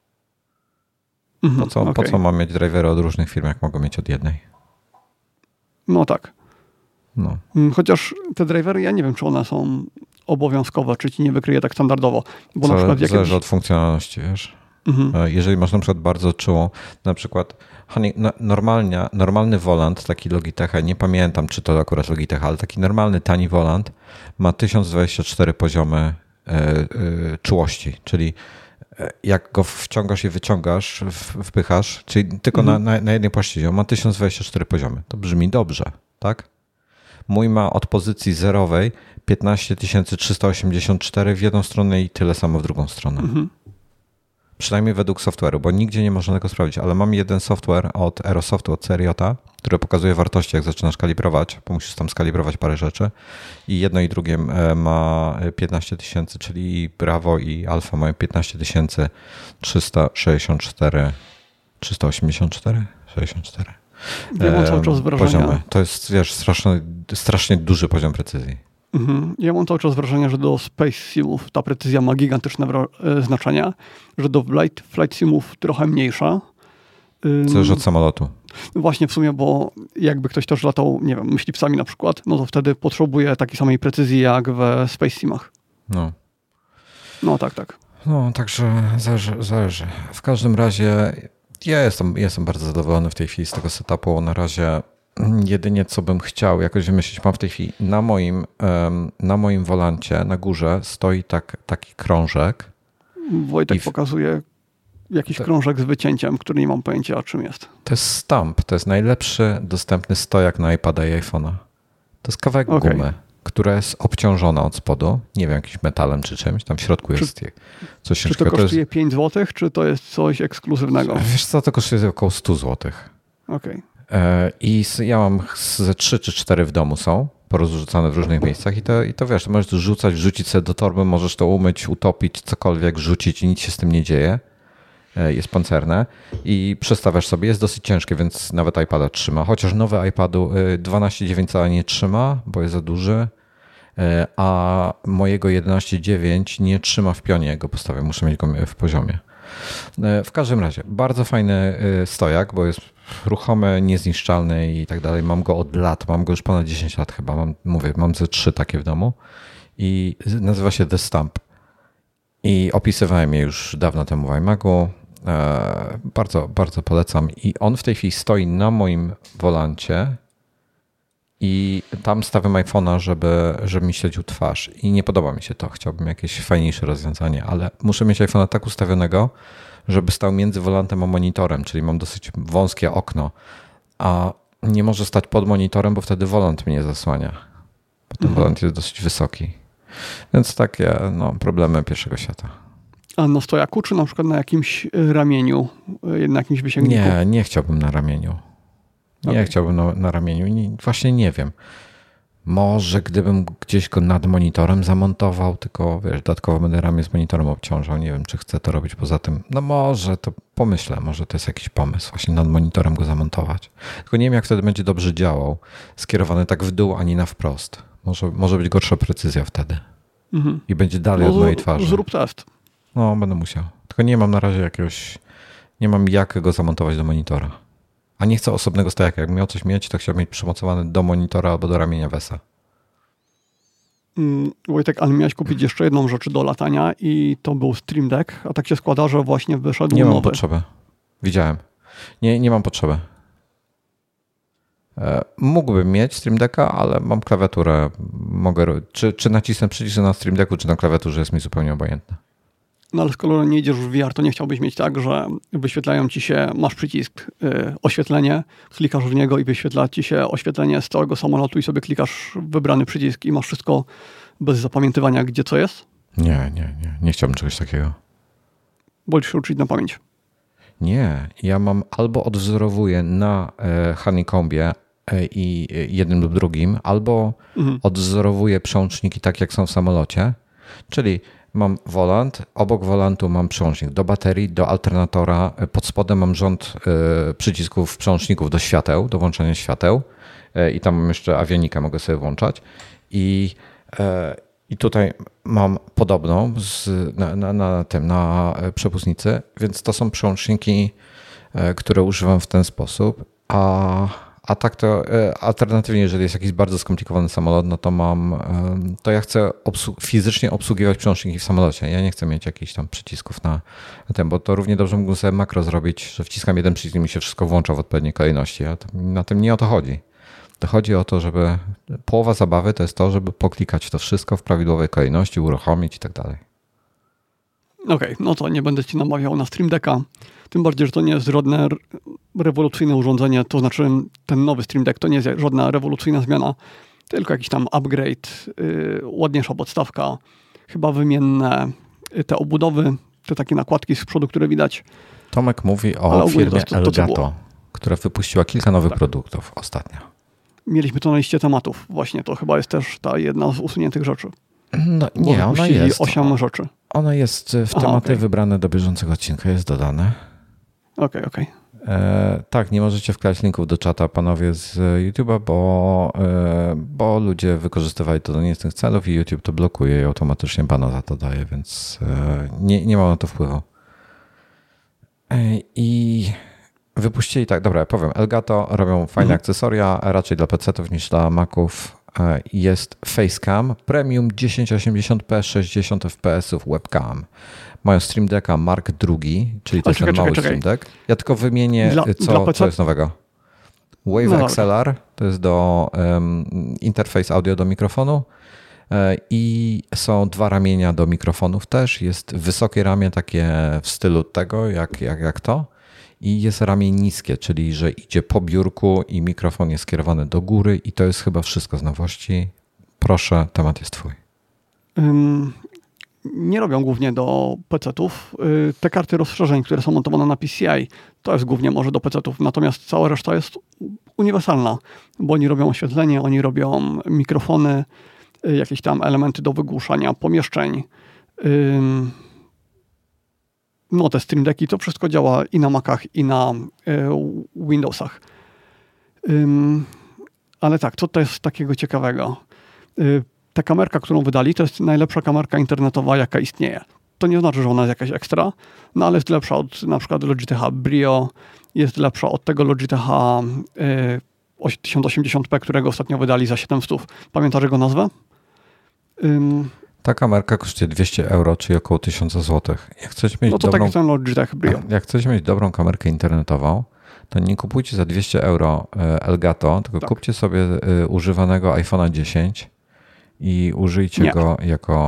Po co mam mieć drivery od różnych firm, jak mogę mieć od jednej? No tak. No. Chociaż te drivery, ja nie wiem, czy one są obowiązkowe, czy ci nie wykryje tak standardowo. Bo na przykład zależy od funkcjonalności, wiesz? Jeżeli masz na przykład bardzo czułą, na przykład normalny volant, taki Logitecha, nie pamiętam, czy to akurat Logitech, ale taki normalny, tani volant ma 1024 poziomy czułości, czyli jak go wciągasz i wyciągasz, wpychasz, czyli tylko na jednej płaszczyźnie, on ma 1024 poziomy. To brzmi dobrze, tak? Mój ma od pozycji zerowej 15384 w jedną stronę i tyle samo w drugą stronę. Przynajmniej według software'u, bo nigdzie nie można tego sprawdzić, ale mam jeden software od Aerosoftu, od Seriota, który pokazuje wartości, jak zaczynasz kalibrować, bo musisz tam skalibrować parę rzeczy i jedno i drugie ma 15 000, czyli Bravo i Alfa mają 15 364 384? 64. Ja mam cały czas wrażenie... Poziomy. To jest, wiesz, strasznie duży poziom precyzji. Ja mam cały czas wrażenie, że do Space Simów ta precyzja ma gigantyczne znaczenie, że do Flight Simów trochę mniejsza. Zależy od samolotu. Właśnie w sumie, bo jakby ktoś też latał, nie wiem, myśliwcami na przykład, no to wtedy potrzebuje takiej samej precyzji jak we Space Simach. No tak. No, także zależy. W każdym razie ja jestem bardzo zadowolony w tej chwili z tego setupu. Na razie jedynie co bym chciał jakoś wymyślić, mam w tej chwili na moim wolancie na górze stoi taki krążek. Wojtek pokazuje jakiś krążek z wycięciem, który nie mam pojęcia czym jest. To jest stamp, to jest najlepszy dostępny stojak na iPada i iPhone'a. To jest kawałek gumy, która jest obciążona od spodu, nie wiem, jakimś metalem czy czymś, tam w środku jest coś ciężkiego. Czy to kosztuje 5 zł, czy to jest coś ekskluzywnego? Wiesz co, to kosztuje około 100 zł. Okej. I ja mam ze 3 czy 4 w domu są, porozrzucane w różnych miejscach i to wiesz, to możesz to wrzucić sobie do torby, możesz to umyć, utopić, cokolwiek, rzucić i nic się z tym nie dzieje. Jest pancerne i przestawiasz sobie, jest dosyć ciężkie, więc nawet iPada trzyma, chociaż nowy iPadu 12,9 cala nie trzyma, bo jest za duży, a mojego 11,9 nie trzyma w pionie, go postawię, muszę mieć go w poziomie. W każdym razie, bardzo fajny stojak, bo jest ruchomy, niezniszczalny i tak dalej. Mam go od lat, mam go już ponad 10 lat chyba, mam ze 3 takie w domu i nazywa się The Stamp. I opisywałem je już dawno temu w iMagu. Bardzo, bardzo polecam. I on w tej chwili stoi na moim wolancie i tam stawiam iPhone'a, żeby mi śledził twarz. I nie podoba mi się to. Chciałbym jakieś fajniejsze rozwiązanie, ale muszę mieć iPhone'a tak ustawionego, żeby stał między wolantem a monitorem, czyli mam dosyć wąskie okno, a nie może stać pod monitorem, bo wtedy wolant mnie zasłania. Bo ten wolant jest dosyć wysoki. Więc takie problemy pierwszego świata. A na stojaku, czy na przykład na jakimś ramieniu, na jakimś wysięgniku? Nie chciałbym na ramieniu. Chciałbym na ramieniu. Właśnie nie wiem. Może gdybym gdzieś go nad monitorem zamontował, tylko wiesz, dodatkowo będę ramię z monitorem obciążał. Nie wiem, czy chcę to robić poza tym. No może to pomyślę, może to jest jakiś pomysł, właśnie nad monitorem go zamontować. Tylko nie wiem, jak wtedy będzie dobrze działał. Skierowany tak w dół, ani na wprost. Może być gorsza precyzja wtedy. I będzie dalej od mojej twarzy. Zrób test. No, będę musiał. Tylko nie mam na razie nie mam jak go zamontować do monitora. A nie chcę osobnego stojaka. Jak miał coś mieć, to chciałbym mieć przymocowane do monitora albo do ramienia Wesa. Wojtek, ale miałeś kupić jeszcze jedną rzecz do latania i to był Stream Deck, a tak się składa, że właśnie wyszedł Nie nowy. mam potrzeby. Widziałem. Nie mam potrzeby. Mógłbym mieć Stream Decka, ale mam klawiaturę. Czy nacisnę przycisk na Stream Decku, czy na klawiaturze, jest mi zupełnie obojętne. No ale skoro nie idziesz w VR, to nie chciałbyś mieć tak, że wyświetlają ci się, masz przycisk oświetlenie, klikasz w niego i wyświetla ci się oświetlenie z całego samolotu i sobie klikasz w wybrany przycisk i masz wszystko bez zapamiętywania, gdzie co jest? Nie chciałbym czegoś takiego. Wolisz się uczyć na pamięć? Nie, ja mam albo odwzorowuję na honeycombie i jednym lub drugim, albo odwzorowuję przełączniki tak, jak są w samolocie, czyli mam wolant, obok wolantu mam przełącznik do baterii, do alternatora, pod spodem mam rząd przycisków, przełączników do świateł, do włączania świateł i tam mam jeszcze awionikę, mogę sobie włączać i tutaj mam podobną na przepustnicy, więc to są przełączniki, które używam w ten sposób, a tak to alternatywnie, jeżeli jest jakiś bardzo skomplikowany samolot, no to ja chcę fizycznie obsługiwać przełączniki w samolocie. Ja nie chcę mieć jakichś tam przycisków na tym, bo to równie dobrze mógłbym sobie makro zrobić, że wciskam jeden przycisk i mi się wszystko włącza w odpowiedniej kolejności. A na tym nie o to chodzi. To chodzi o to, żeby połowa zabawy to jest to, żeby poklikać to wszystko w prawidłowej kolejności, uruchomić i tak dalej. Okej, no to nie będę ci namawiał na Stream Decka. Tym bardziej, że to nie jest żadne rewolucyjne urządzenie, to znaczy ten nowy Stream Deck to nie jest żadna rewolucyjna zmiana, tylko jakiś tam upgrade, ładniejsza podstawka, chyba wymienne te obudowy, te takie nakładki z przodu, które widać. Tomek mówi o firmie Elgato, która wypuściła kilka nowych produktów ostatnio. Mieliśmy to na liście tematów. Właśnie to chyba jest też ta jedna z usuniętych rzeczy. No nie, ona jest. 8 rzeczy. Ona jest w tematy wybrane do bieżącego odcinka, jest dodane. Okej. Tak, nie możecie wkładać linków do czata, panowie z YouTube'a, bo ludzie wykorzystywali to do niecnych celów i YouTube to blokuje i automatycznie bana za to daje, więc nie ma na to wpływu. I wypuścili tak, dobra, ja powiem, Elgato robią fajne akcesoria, raczej dla PC-ów niż dla Maców. Jest Facecam Premium 1080p 60 fps webcam. Mają Stream Decka Mark II, czyli to jest ten mały Stream Deck. Ja tylko wymienię, co jest nowego. Wave XLR, to jest do interfejs audio do mikrofonu i są 2 ramienia do mikrofonów też. Jest wysokie ramię takie w stylu tego, jak to. I jest ramię niskie, czyli że idzie po biurku i mikrofon jest skierowany do góry i to jest chyba wszystko z nowości. Proszę, temat jest twój. Nie robią głównie do PC-ów. Te karty rozszerzeń, które są montowane na PCI, to jest głównie może do PC-ów, natomiast cała reszta jest uniwersalna, bo oni robią oświetlenie, oni robią mikrofony, jakieś tam elementy do wygłuszania pomieszczeń. No te Stream Decki, to wszystko działa i na Macach, i na Windowsach. Ale tak, co to jest takiego ciekawego? Ta kamerka, którą wydali, to jest najlepsza kamerka internetowa, jaka istnieje. To nie znaczy, że ona jest jakaś ekstra, no ale jest lepsza od na przykład Logitecha Brio, jest lepsza od tego Logitecha 1080p, którego ostatnio wydali za 700. Pamiętasz jego nazwę? Ta kamerka kosztuje 200 euro, czyli około 1000 zł. Jak chcecie mieć no to tak jest ten Logitech Brio. Jak chcecie mieć dobrą kamerkę internetową, to nie kupujcie za 200 euro Elgato, tylko kupcie sobie używanego iPhone'a 10 i użyjcie go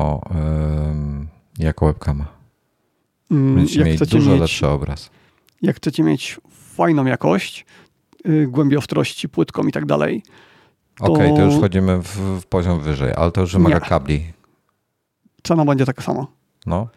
jako webcama. Będziecie mieć dużo lepszy obraz. Jak chcecie mieć fajną jakość, głębię ostrości, płytką i tak dalej. Okej, to już wchodzimy w poziom wyżej, ale to już wymaga kabli. Cena będzie taka sama. No.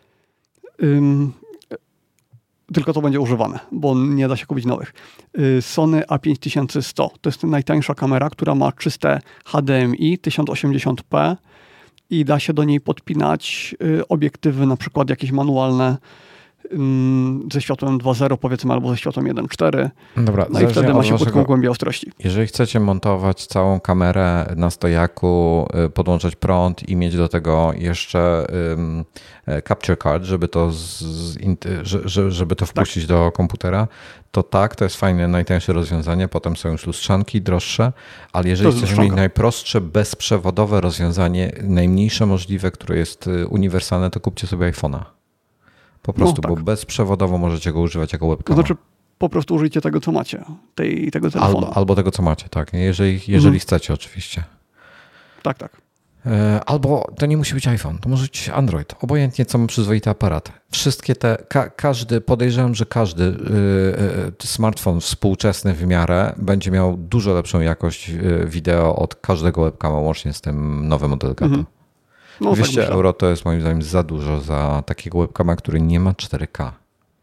Tylko to będzie używane, bo nie da się kupić nowych. Sony A5100 to jest najtańsza kamera, która ma czyste HDMI 1080p i da się do niej podpinać obiektywy, na przykład jakieś manualne ze światłem 2.0 powiedzmy, albo ze światłem 1.4. Dobra, no i wtedy ma się płytką głębię ostrości. Jeżeli chcecie montować całą kamerę na stojaku, podłączać prąd i mieć do tego jeszcze capture card, żeby to wpuścić do komputera, to tak, to jest fajne, najtańsze rozwiązanie. Potem są już lustrzanki droższe, ale jeżeli chcecie mieć najprostsze, bezprzewodowe rozwiązanie, najmniejsze możliwe, które jest uniwersalne, to kupcie sobie iPhone'a. Po prostu, bo bezprzewodowo możecie go używać jako webcam. To znaczy po prostu użyjcie tego, co macie, tego telefonu. Albo tego, co macie, tak. Jeżeli chcecie oczywiście. Tak. Albo to nie musi być iPhone, to może być Android. Obojętnie, co ma przyzwoity aparat. Wszystkie te, podejrzewam, że każdy smartfon współczesny w miarę będzie miał dużo lepszą jakość wideo od każdego webcama, łącznie z tym nowym model Elgato. No, 200 euro to jest moim zdaniem za dużo za takiego webcama, który nie ma 4K.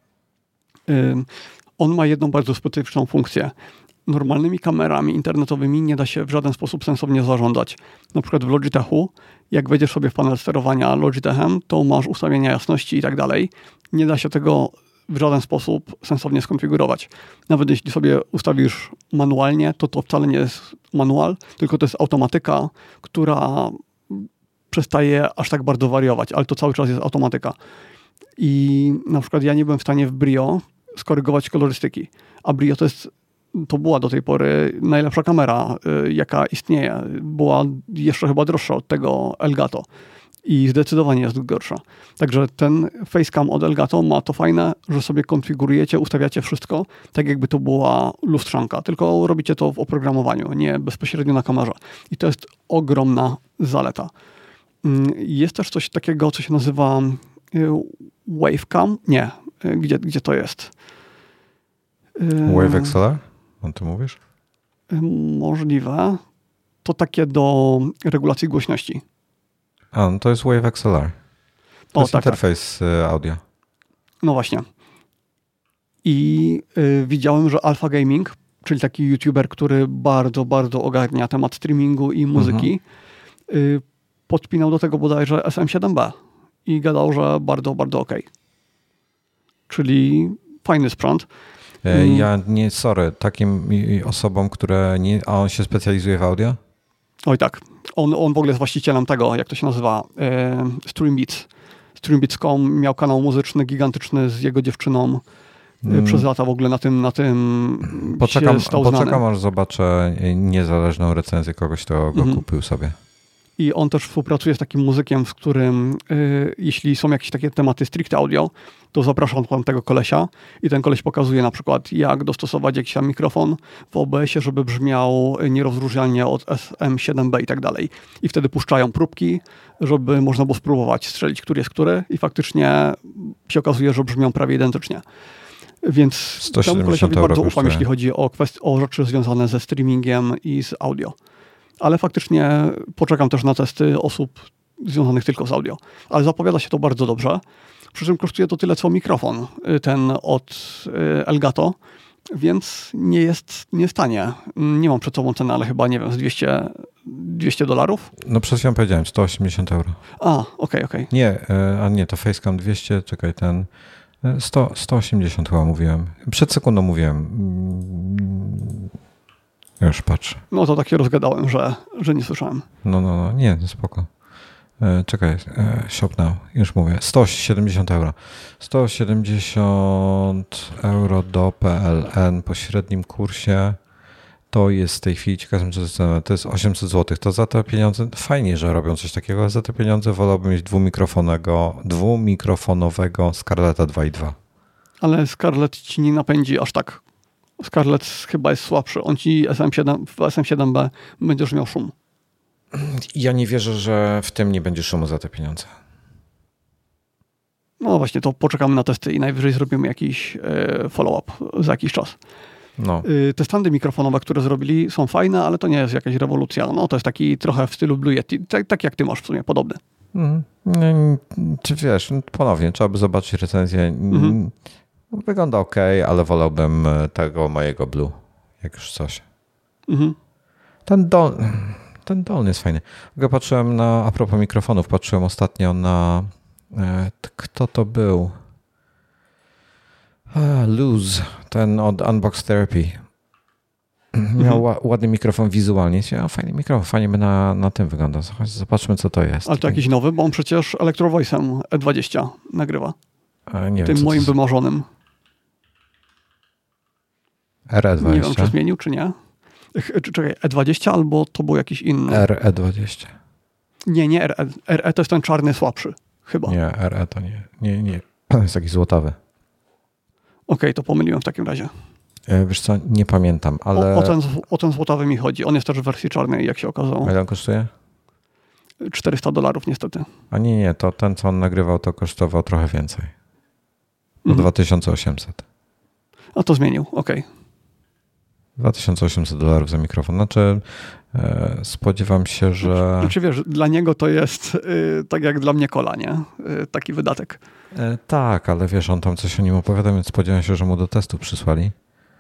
On ma jedną bardzo specyficzną funkcję. Normalnymi kamerami internetowymi nie da się w żaden sposób sensownie zarządzać. Na przykład w Logitechu, jak wejdziesz sobie w panel sterowania Logitechem, to masz ustawienia jasności i tak dalej. Nie da się tego w żaden sposób sensownie skonfigurować. Nawet jeśli sobie ustawisz manualnie, to wcale nie jest manual, tylko to jest automatyka, która przestaje aż tak bardzo wariować, ale to cały czas jest automatyka. I na przykład ja nie byłem w stanie w Brio skorygować kolorystyki, a Brio to była do tej pory najlepsza kamera, jaka istnieje. Była jeszcze chyba droższa od tego Elgato i zdecydowanie jest gorsza. Także ten Facecam od Elgato ma to fajne, że sobie konfigurujecie, ustawiacie wszystko tak, jakby to była lustrzanka, tylko robicie to w oprogramowaniu, nie bezpośrednio na kamerze. I to jest ogromna zaleta. Jest też coś takiego, co się nazywa Wavecam. Nie. Gdzie to jest? Wave XLR? On to mówisz? Możliwe. To takie do regulacji głośności. No to jest Wave XLR. To jest interfejs audio. No właśnie. I widziałem, że Alpha Gaming, czyli taki YouTuber, który bardzo, bardzo ogarnia temat streamingu i muzyki, podpinał do tego bodajże SM7B i gadał, że bardzo, bardzo okej. Czyli fajny sprzęt. Ja nie, sorry, takim osobom, które nie, a on się specjalizuje w audio? Oj tak, on w ogóle jest właścicielem tego, jak to się nazywa, Streambeats. Streambeats.com miał kanał muzyczny gigantyczny z jego dziewczyną. Przez lata w ogóle na tym się stał znany. Poczekam, aż zobaczę niezależną recenzję kogoś, kto go kupił sobie. I on też współpracuje z takim muzykiem, z którym jeśli są jakieś takie tematy stricte audio, to zapraszam tam tego kolesia i ten koleś pokazuje na przykład, jak dostosować jakiś tam mikrofon w OBS-ie, żeby brzmiał nierozróżnialnie od SM7B i tak dalej. I wtedy puszczają próbki, żeby można było spróbować strzelić, który jest który i faktycznie się okazuje, że brzmią prawie identycznie. Więc temu kolesiowi bardzo ufam, jeśli chodzi o rzeczy związane ze streamingiem i z audio. Ale faktycznie poczekam też na testy osób związanych tylko z audio. Ale zapowiada się to bardzo dobrze. Przy czym kosztuje to tyle, co mikrofon ten od Elgato, więc nie jest tanie. Nie mam przed sobą ceny, ale chyba, nie wiem, z $200? No przed chwilą powiedziałem, 180 euro. A, okej. Nie, to Facecam 200, czekaj, ten 180 chyba mówiłem. Przed sekundą mówiłem. Już patrzę. No to tak się rozgadałem, że nie słyszałem. No, nie, spoko. Czekaj, shop now, już mówię. 170 euro. 170 euro do PLN po średnim kursie. To jest w tej chwili, ciekawym, to jest 800 zł. To za te pieniądze, fajnie, że robią coś takiego, ale za te pieniądze wolałbym mieć dwumikrofonowego Scarletta 2.2. Ale Scarlett ci nie napędzi aż tak. Scarlett chyba jest słabszy. On ci w SM7B będziesz miał szum. Ja nie wierzę, że w tym nie będzie szumu za te pieniądze. No właśnie, to poczekamy na testy i najwyżej zrobimy jakiś follow-up za jakiś czas. No. Te standy mikrofonowe, które zrobili, są fajne, ale to nie jest jakaś rewolucja. No to jest taki trochę w stylu Blue Yeti, tak jak ty masz w sumie, podobny. Czy wiesz, ponownie, trzeba by zobaczyć recenzję. Wygląda ok, ale wolałbym tego mojego Blue, jak już coś. Ten dolny jest fajny. Patrzyłem a propos mikrofonów, patrzyłem ostatnio na kto to był? Luz, ten od Unbox Therapy. Miał ładny mikrofon wizualnie. Fajny mikrofon, fajnie by na tym wygląda. Zobaczmy, co to jest. Ale to jakiś nowy, bo on przecież Electro Voice'em E20 nagrywa. Nie tym wiem, moim wymarzonym. RE20. Nie wiem, czy zmienił, czy nie. Czekaj, E20 albo to był jakiś inny? RE20. Nie RE. RE to jest ten czarny słabszy, chyba. Nie, RE to nie. Nie. To jest taki złotawy. Okej, to pomyliłem w takim razie. Wiesz co, nie pamiętam, ale... O ten złotawy mi chodzi. On jest też w wersji czarnej, jak się okazało. Ile on kosztuje? $400 niestety. A nie, to ten, co on nagrywał, to kosztował trochę więcej. 2800. A to zmienił, okej. $2800 za mikrofon. Znaczy spodziewam się, że... Znaczy wiesz, dla niego to jest tak jak dla mnie kola, nie? Taki wydatek. Tak, ale wiesz, on tam coś o nim opowiada, więc spodziewam się, że mu do testu przysłali.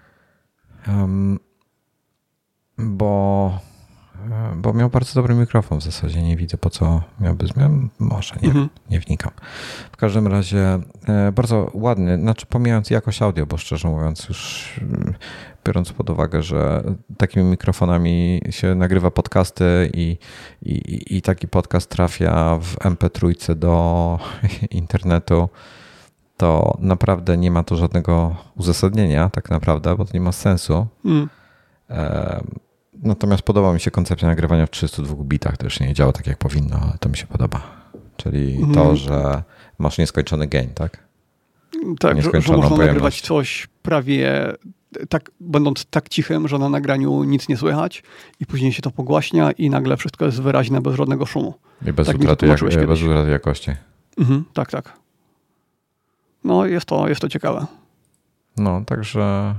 Bo miał bardzo dobry mikrofon w zasadzie. Nie widzę, po co miałby zmian. Może, nie wnikam. W każdym razie bardzo ładny, znaczy pomijając jakość audio, bo szczerze mówiąc już biorąc pod uwagę, że takimi mikrofonami się nagrywa podcasty i taki podcast trafia w MP3 do internetu, to naprawdę nie ma to żadnego uzasadnienia tak naprawdę, bo to nie ma sensu. Natomiast podoba mi się koncepcja nagrywania w 32 bitach. Też nie działa tak, jak powinno, ale to mi się podoba. Czyli to, że masz nieskończony gain, tak? Tak, że można nagrywać coś prawie tak, będąc tak cichym, że na nagraniu nic nie słychać i później się to pogłaśnia i nagle wszystko jest wyraźne, bez żadnego szumu. I bez tak utraty jakości. Tak. No jest to ciekawe. No, także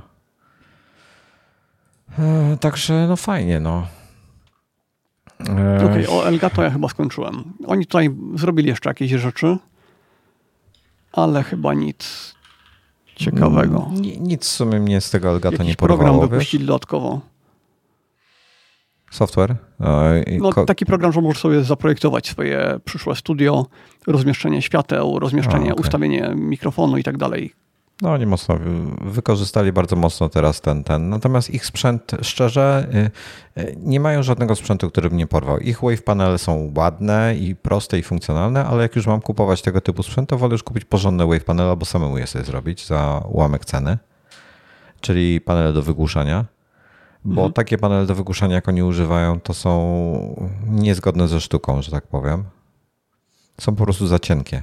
no fajnie, no. Okej, o Elgato ja chyba skończyłem. Oni tutaj zrobili jeszcze jakieś rzeczy, ale chyba nic ciekawego. Nic w sumie mnie z tego Elgato nie porwało. Program wypuścili dodatkowo. Software? Taki program, że możesz sobie zaprojektować swoje przyszłe studio, rozmieszczenie świateł, rozmieszczenie, ustawienie mikrofonu i tak dalej. No oni mocno wykorzystali bardzo mocno teraz ten. Natomiast ich sprzęt, szczerze, nie mają żadnego sprzętu, który by nie porwał. Ich wave panele są ładne i proste i funkcjonalne, ale jak już mam kupować tego typu sprzęt, to wolę już kupić porządne wave panele, bo samemu je sobie zrobić za ułamek ceny, czyli panele do wygłuszania. Bo takie panele do wygłuszania, jak oni używają, to są niezgodne ze sztuką, że tak powiem. Są po prostu za cienkie.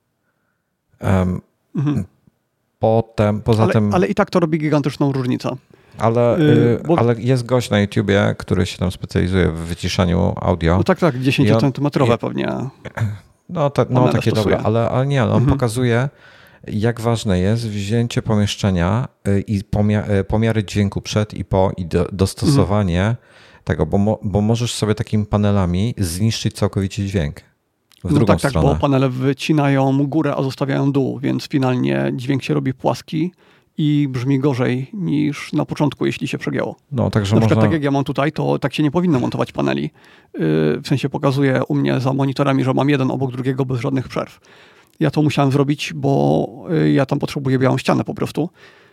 Poza tym... Ale i tak to robi gigantyczną różnicę. Ale jest gość na YouTubie, który się tam specjalizuje w wyciszaniu audio. No tak, 10-centymetrowe pewnie. No takie dobre, ale nie, on pokazuje, jak ważne jest wzięcie pomieszczenia i pomiary dźwięku przed i po i dostosowanie tego, bo możesz sobie takimi panelami zniszczyć całkowicie dźwięk. W drugą stronę. Tak, bo panele wycinają górę, a zostawiają dół, więc finalnie dźwięk się robi płaski i brzmi gorzej niż na początku, jeśli się przegięło. No, także na przykład tak jak ja mam tutaj, to tak się nie powinno montować paneli. W sensie pokazuje u mnie za monitorami, że mam jeden obok drugiego bez żadnych przerw. Ja to musiałem zrobić, bo ja tam potrzebuję białą ścianę po prostu.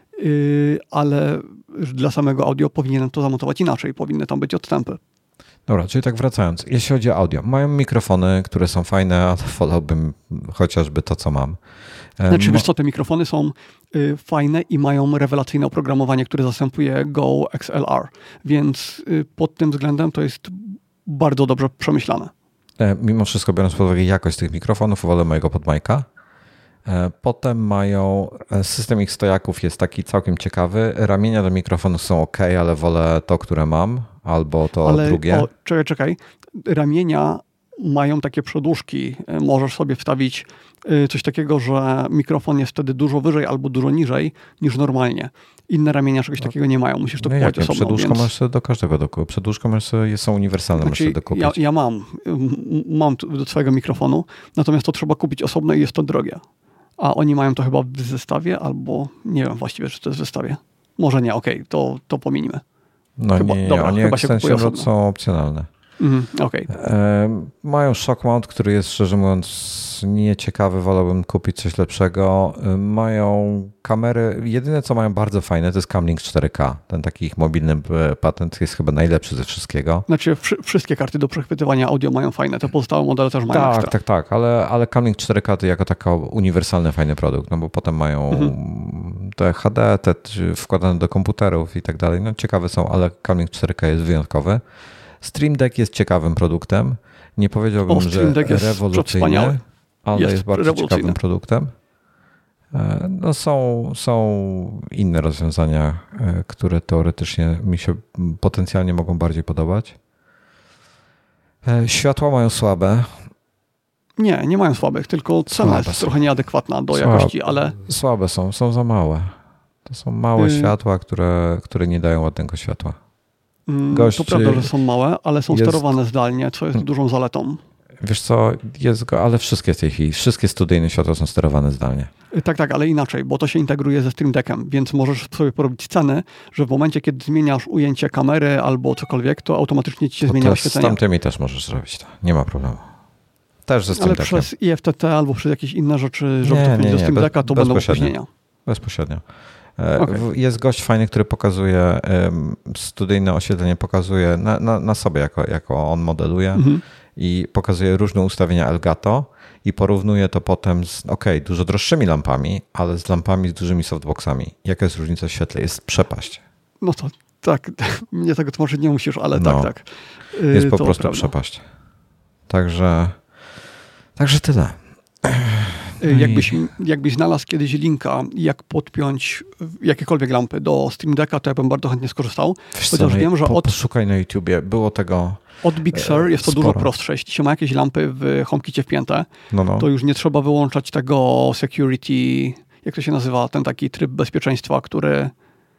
Ale dla samego audio powinienem to zamontować inaczej. Powinny tam być odstępy. Dobra, czyli tak wracając. Jeśli chodzi o audio. Mają mikrofony, które są fajne, ale wolałbym chociażby to, co mam. Znaczy, wiesz co, te mikrofony są fajne i mają rewelacyjne oprogramowanie, które zastępuje Go XLR. Więc pod tym względem to jest bardzo dobrze przemyślane. Mimo wszystko, biorąc pod uwagę jakość tych mikrofonów, wolę mojego PodMic'a. Potem mają, system ich stojaków jest taki całkiem ciekawy. Ramienia do mikrofonów są ok, ale wolę to, które mam, albo to drugie. Czekaj. Ramienia mają takie przedłużki. Możesz sobie wstawić coś takiego, że mikrofon jest wtedy dużo wyżej albo dużo niżej niż normalnie. Inne ramienia czegoś takiego nie mają. Musisz to kupować osobno. Przedłużkę masz sobie do każdego dokupu. Przedłużkę są uniwersalne, możesz sobie dokupić. Ja mam do swojego mikrofonu, natomiast to trzeba kupić osobno i jest to drogie. A oni mają to chyba w zestawie, albo nie wiem właściwie, czy to jest w zestawie. Może nie, okej, to pominimy. No oni extension są opcjonalne. Okay. Mają shock mount, który jest szczerze mówiąc nieciekawy, wolałbym kupić coś lepszego. Mają kamery, jedyne co mają bardzo fajne to jest Camlink 4K. Ten taki ich mobilny patent jest chyba najlepszy ze wszystkiego. Znaczy wszystkie karty do przechwytywania audio mają fajne, te pozostałe modele też mają ekstra. Tak, ale Camlink 4K to jako taki uniwersalny fajny produkt, no bo potem mają te HD, te wkładane do komputerów i tak dalej. No ciekawe są, ale Camlink 4K jest wyjątkowy. Stream Deck jest ciekawym produktem. Nie powiedziałbym, że rewolucyjny, ale jest bardzo ciekawym produktem. No są inne rozwiązania, które teoretycznie mi się potencjalnie mogą bardziej podobać. Światła mają słabe. Nie mają słabych, tylko cena jest trochę nieadekwatna do jakości, ale... Słabe są za małe. To są małe światła, które nie dają ładnego światła. To prawda, że są małe, ale są sterowane zdalnie, co jest dużą zaletą. Wiesz co, ale wszystkie studyjne światła są sterowane zdalnie. Tak, ale inaczej, bo to się integruje ze Stream Deckiem, więc możesz sobie porobić ceny, że w momencie, kiedy zmieniasz ujęcie kamery albo cokolwiek, to automatycznie ci się zmienia oświetlenie. Z tamtymi też możesz zrobić to, nie ma problemu. Też ze Stream Deckiem. Ale przez IFTT albo przez jakieś inne rzeczy, żeby to do Stream Decka, to będą opóźnienia. Bezpośrednio. Okay. Jest gość fajny, który pokazuje studyjne oświetlenie, pokazuje na sobie, jako on modeluje i pokazuje różne ustawienia Elgato i porównuje to potem z dużo droższymi lampami, ale z lampami z dużymi softboxami. Jaka jest różnica w świetle? Jest przepaść. No to tak, mnie tego tłumaczyć nie musisz, ale tak. Jest po prostu przepaść. Także tyle. Jakbyś znalazł kiedyś linka, jak podpiąć jakiekolwiek lampy do Stream Decka, to ja bym bardzo chętnie skorzystał. Chociaż wiem, że poszukaj na YouTubie, było tego od Big Sur jest to sporo. Dużo prostsze. Jeśli się ma jakieś lampy w HomeKicie wpięte, to już nie trzeba wyłączać tego security, jak to się nazywa, ten taki tryb bezpieczeństwa, który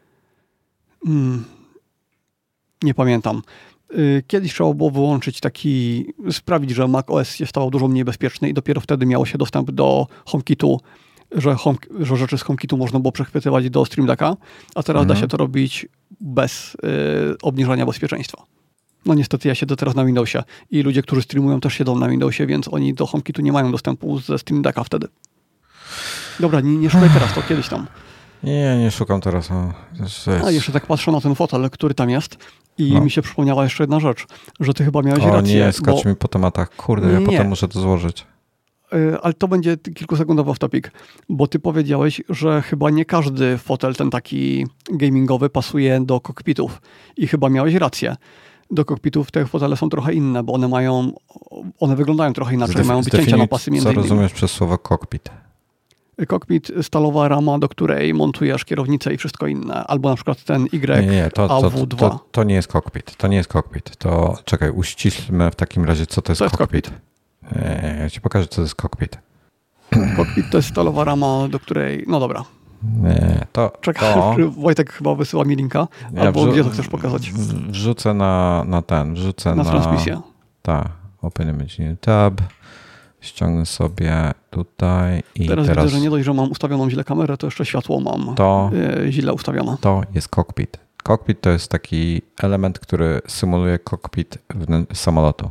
nie pamiętam. Kiedyś trzeba było wyłączyć sprawić, że macOS się stał dużo mniej bezpieczny i dopiero wtedy miało się dostęp do HomeKitu, że rzeczy z HomeKitu można było przechwytywać do Stream Decka, a teraz da się to robić bez obniżania bezpieczeństwa. No niestety ja siedzę teraz na Windowsie i ludzie, którzy streamują też siedzą na Windowsie, więc oni do HomeKitu nie mają dostępu ze Stream Decka wtedy. Dobra, nie szukaj teraz, to kiedyś tam. Nie szukam teraz. A jeszcze tak patrzę na ten fotel, który tam jest i mi się przypomniała jeszcze jedna rzecz, że ty chyba miałeś rację. Nie, skacz mi po tematach. Kurde, ja potem muszę to złożyć. Ale to będzie kilkusekundowy off-topic, bo ty powiedziałeś, że chyba nie każdy fotel ten taki gamingowy pasuje do kokpitów i chyba miałeś rację. Do kokpitów te fotele są trochę inne, bo one wyglądają trochę inaczej, mają wycięcia na pasy między innymi. Co rozumiesz przez słowo kokpit? Kokpit, stalowa rama, do której montujesz kierownicę i wszystko inne. Albo na przykład ten AW2. To nie jest kokpit. To nie jest kokpit. To czekaj, uściślmy w takim razie, co to jest kokpit. Ja ci pokażę, co to jest kokpit. Kokpit to jest stalowa rama, do której... No dobra. Nie, Czekaj, Wojtek chyba wysyła mi linka. Albo gdzie to chcesz pokazać? Wrzucę na transmisję. Tak, Open Image Tab. Ściągnę sobie tutaj i teraz widzę, że nie dość, że mam ustawioną źle kamerę, to jeszcze światło mam źle ustawione. To jest kokpit. Kokpit to jest taki element, który symuluje kokpit samolotu.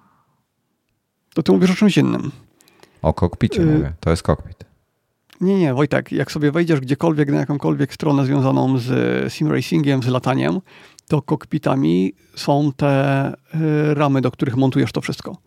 To ty mówisz o czymś innym. O kokpicie mówię. To jest kokpit. Nie, Wojtek. Jak sobie wejdziesz gdziekolwiek na jakąkolwiek stronę związaną z sim racingiem, z lataniem, to kokpitami są te ramy, do których montujesz to wszystko.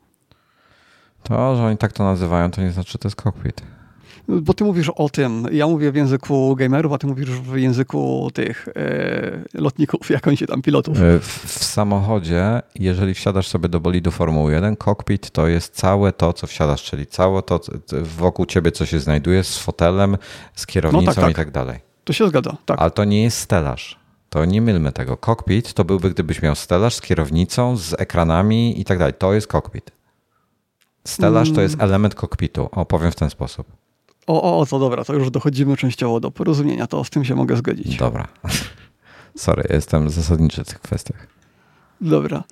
To, że oni tak to nazywają, to nie znaczy, że to jest kokpit. Bo ty mówisz o tym. Ja mówię w języku gamerów, a ty mówisz w języku tych lotników, jak oni się tam pilotów. W samochodzie, jeżeli wsiadasz sobie do bolidu Formuły 1, kokpit to jest całe to, co wsiadasz, czyli całe to wokół ciebie, co się znajduje z fotelem, z kierownicą i tak dalej. To się zgadza, tak. Ale to nie jest stelaż. To nie mylmy tego. Kokpit to byłby, gdybyś miał stelaż z kierownicą, z ekranami i tak dalej. To jest kokpit. Stelaż to jest element kokpitu. Powiem w ten sposób. To dobra, to już dochodzimy częściowo do porozumienia, to z tym się mogę zgodzić. Dobra. Sorry, jestem zasadniczy w tych kwestiach. Dobra.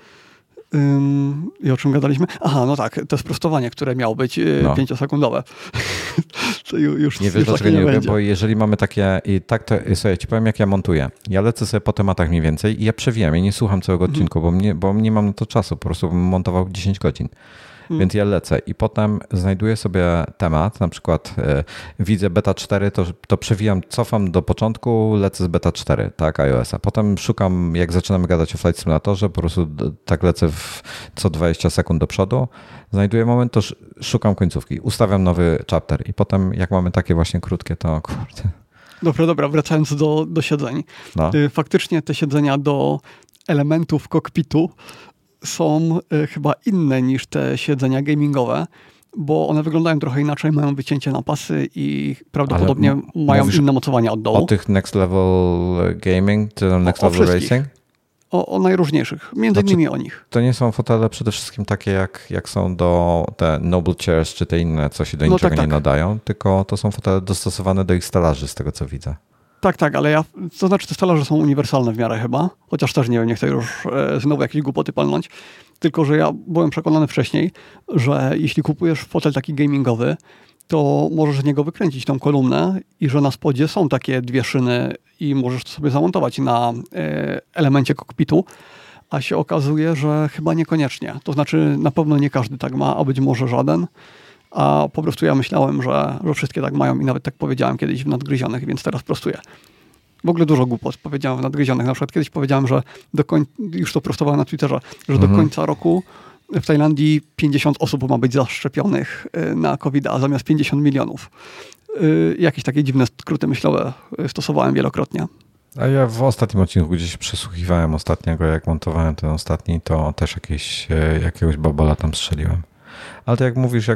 I o czym gadaliśmy? Aha, no tak, to sprostowanie, które miało być 5-sekundowe. To już nie wiesz, dlaczego nie lubię, bo jeżeli mamy takie... I tak to, słuchaj, ci powiem, jak ja montuję. Ja lecę sobie po tematach mniej więcej i ja przewijam. Ja nie słucham całego odcinku, bo nie mam na to czasu. Po prostu bym montował 10 godzin. Więc ja lecę i potem znajduję sobie temat, na przykład widzę beta 4, to przewijam, cofam do początku, lecę z beta 4, tak, iOS-a. Potem szukam, jak zaczynamy gadać o Flight Simulatorze, po prostu tak lecę co 20 sekund do przodu, znajduję moment, to szukam końcówki, ustawiam nowy chapter i potem jak mamy takie właśnie krótkie, to kurde. Dobra, wracając do siedzeń. No. Faktycznie te siedzenia do elementów kokpitu są chyba inne niż te siedzenia gamingowe, bo one wyglądają trochę inaczej, mają wycięcie na pasy i prawdopodobnie mają inne mocowania od dołu. O tych next level gaming, czy next level racing? O najróżniejszych, między innymi o nich. To nie są fotele przede wszystkim takie, jak są do te Noble Chairs, czy te inne, co się do niczego nie nadają, tylko to są fotele dostosowane do ich stelaży, z tego co widzę. Tak, ale to znaczy te stelaże są uniwersalne w miarę chyba, chociaż też nie wiem, nie chcę już znowu jakieś głupoty palnąć, tylko że ja byłem przekonany wcześniej, że jeśli kupujesz fotel taki gamingowy, to możesz z niego wykręcić tą kolumnę i że na spodzie są takie dwie szyny i możesz to sobie zamontować na elemencie kokpitu, a się okazuje, że chyba niekoniecznie. To znaczy na pewno nie każdy tak ma, a być może żaden. A po prostu ja myślałem, że wszystkie tak mają i nawet tak powiedziałem kiedyś w Nadgryzionych, więc teraz prostuję. W ogóle dużo głupot powiedziałem w Nadgryzionych. Na przykład kiedyś powiedziałem, że już to prostowałem na Twitterze, że do końca roku w Tajlandii 50 osób ma być zaszczepionych na COVID-a, a zamiast 50 milionów. Jakieś takie dziwne skróty myślowe stosowałem wielokrotnie. A ja w ostatnim odcinku gdzieś przesłuchiwałem ostatniego, jak montowałem ten ostatni, to też jakiegoś babola tam strzeliłem. Ale to jak mówisz,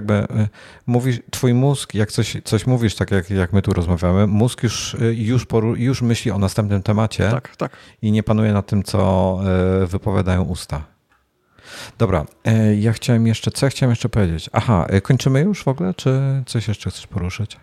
twój mózg, jak coś mówisz, tak jak my tu rozmawiamy, mózg już myśli o następnym temacie tak. I nie panuje nad tym, co wypowiadają usta. Dobra, co ja chciałem jeszcze powiedzieć? Aha, kończymy już w ogóle, czy coś jeszcze chcesz poruszyć?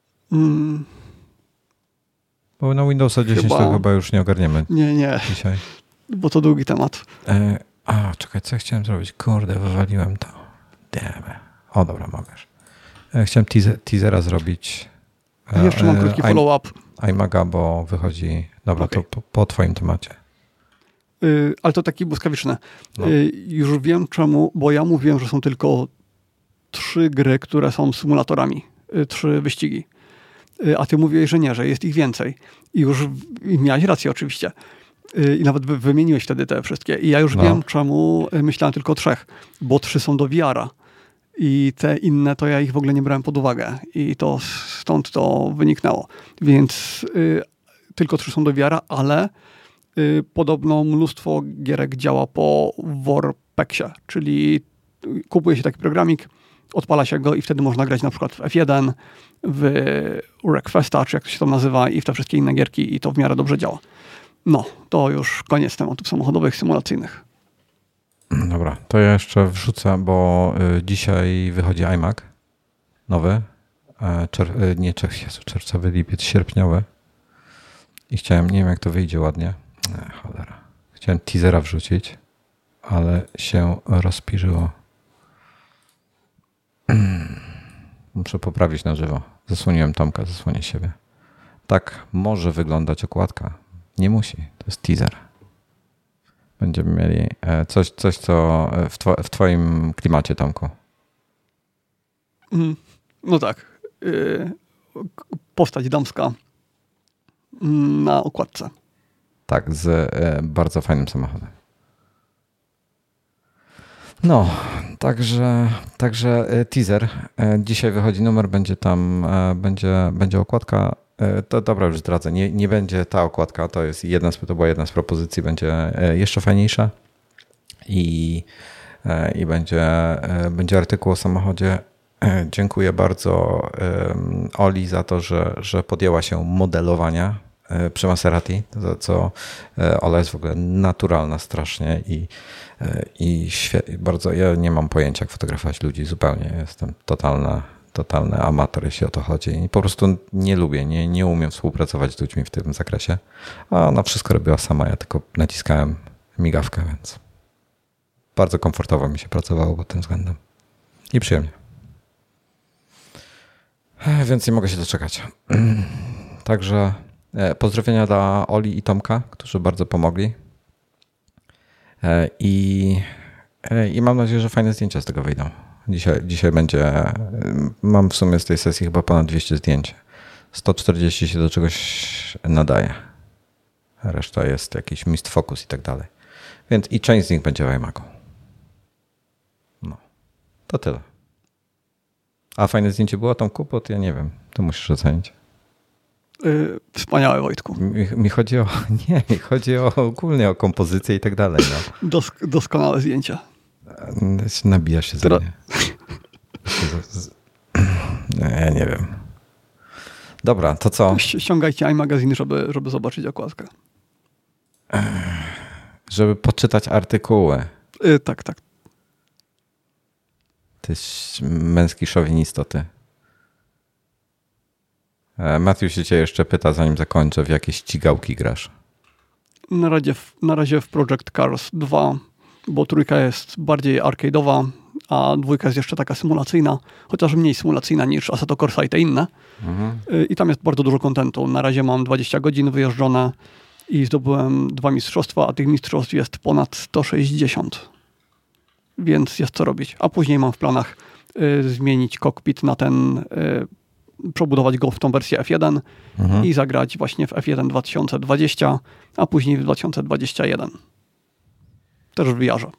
Bo na Windowsa 10 to chyba już nie ogarniemy. Nie. Dzisiaj. Bo to długi temat. Czekaj, co ja chciałem zrobić? Kurde, wywaliłem to. O, dobra, możesz. Chciałem teasera zrobić. Jeszcze mam krótki follow-up. iMaga, bo wychodzi... Dobra, okay. To po twoim temacie. Ale to taki błyskawiczny. No. Już wiem czemu, bo ja mówiłem, że są tylko 3 gry, które są symulatorami. 3 wyścigi. a ty mówiłeś, że nie, że jest ich więcej. I miałeś rację oczywiście. I nawet wymieniłeś wtedy te wszystkie. I ja już wiem, czemu myślałem tylko o 3, bo 3 są do VR-a. I te inne to ja ich w ogóle nie brałem pod uwagę. I to stąd to wyniknęło. Więc tylko 3 są do VR-a, ale podobno mnóstwo gierek działa po Warpexie, czyli kupuje się taki programik, odpala się go i wtedy można grać na przykład w F1, w Wreckfesta, czy jak to się tam nazywa, i w te wszystkie inne gierki i to w miarę dobrze działa. No, to już koniec tematów samochodowych, symulacyjnych. Dobra, to ja jeszcze wrzucę, bo dzisiaj wychodzi iMac nowy, czerwcowy, lipiec, sierpniowy i chciałem, nie wiem jak to wyjdzie ładnie, cholera, chciałem teasera wrzucić, ale się rozpirzyło. Muszę poprawić na żywo. Zasłoniłem Tomka, zasłonię siebie. Tak może wyglądać okładka. Nie musi, to jest teaser. Będziemy mieli coś co w twoim klimacie, Tomku. No tak. Postać damska na okładce. Tak, z bardzo fajnym samochodem. No, także teaser. Dzisiaj wychodzi numer, będzie tam, będzie okładka. To dobra, już zdradzę. Nie będzie ta okładka, to była jedna z propozycji, będzie jeszcze fajniejsza i będzie artykuł o samochodzie. Dziękuję bardzo Oli za to, że podjęła się modelowania przy Maserati, co Ola jest w ogóle naturalna strasznie i bardzo, ja nie mam pojęcia jak fotografować ludzi zupełnie, jestem totalny amator, jeśli o to chodzi i po prostu nie lubię, nie umiem współpracować z ludźmi w tym zakresie, a ona wszystko robiła sama, ja tylko naciskałem migawkę, więc bardzo komfortowo mi się pracowało pod tym względem i przyjemnie. Więc nie mogę się doczekać. Także pozdrowienia dla Oli i Tomka, którzy bardzo pomogli. I mam nadzieję, że fajne zdjęcia z tego wyjdą. Dzisiaj będzie, mam w sumie z tej sesji chyba ponad 200 zdjęć. 140 się do czegoś nadaje. Reszta jest jakiś mist focus i tak dalej. Więc i część z nich będzie w iMacu. No, to tyle. A fajne zdjęcie było, Tomku? Bo ja nie wiem, to musisz ocenić. Wspaniałe, Wojtku. Mi chodzi ogólnie o kompozycję i tak dalej. No. Doskonałe zdjęcia. Nabija się ze mnie. Ja nie wiem. Dobra, to co? Ściągajcie iMagazine, żeby zobaczyć okładkę. Żeby poczytać artykuły. Tak. Ty męski szowinisto, ty. Matthew się cię jeszcze pyta, zanim zakończę, w jakie ścigałki grasz? Na razie w Project Cars 2, bo 3 jest bardziej arcade'owa, a 2 jest jeszcze taka symulacyjna, chociaż mniej symulacyjna niż Assetto Corsa i te inne. I tam jest bardzo dużo kontentu. Na razie mam 20 godzin wyjeżdżone i zdobyłem 2 mistrzostwa, a tych mistrzostw jest ponad 160. Więc jest co robić. A później mam w planach zmienić kokpit na ten, przebudować go w tą wersję F1 i zagrać właśnie w F1 2020, a później w 2021. Też w VR-ze.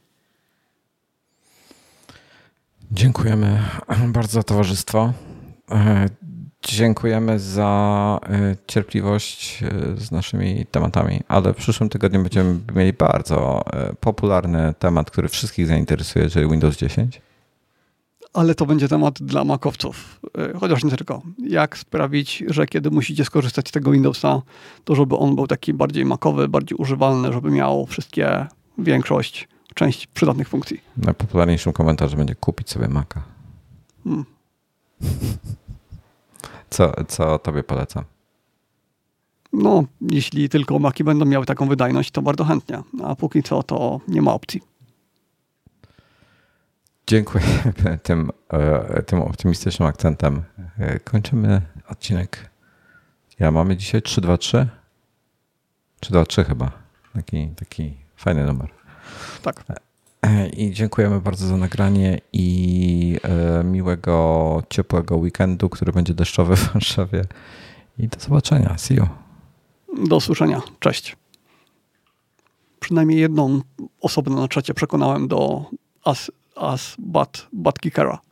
Dziękujemy bardzo za towarzystwo. Dziękujemy za cierpliwość z naszymi tematami, ale w przyszłym tygodniu będziemy mieli bardzo popularny temat, który wszystkich zainteresuje, czyli Windows 10. Ale to będzie temat dla makowców, chociaż nie tylko. Jak sprawić, że kiedy musicie skorzystać z tego Windowsa, to żeby on był taki bardziej makowy, bardziej używalny, żeby miał część przydatnych funkcji. Najpopularniejszym komentarzem będzie kupić sobie Maca. Co tobie polecam? No, jeśli tylko Maci będą miały taką wydajność, to bardzo chętnie. A póki co, to nie ma opcji. Dziękuję tym optymistycznym akcentem. Kończymy odcinek. Mamy dzisiaj 323? 323 chyba. Taki fajny numer. Tak. I dziękujemy bardzo za nagranie i miłego, ciepłego weekendu, który będzie deszczowy w Warszawie. I do zobaczenia. See you. Do usłyszenia. Cześć. Przynajmniej jedną osobę na czacie przekonałem do But Kickera.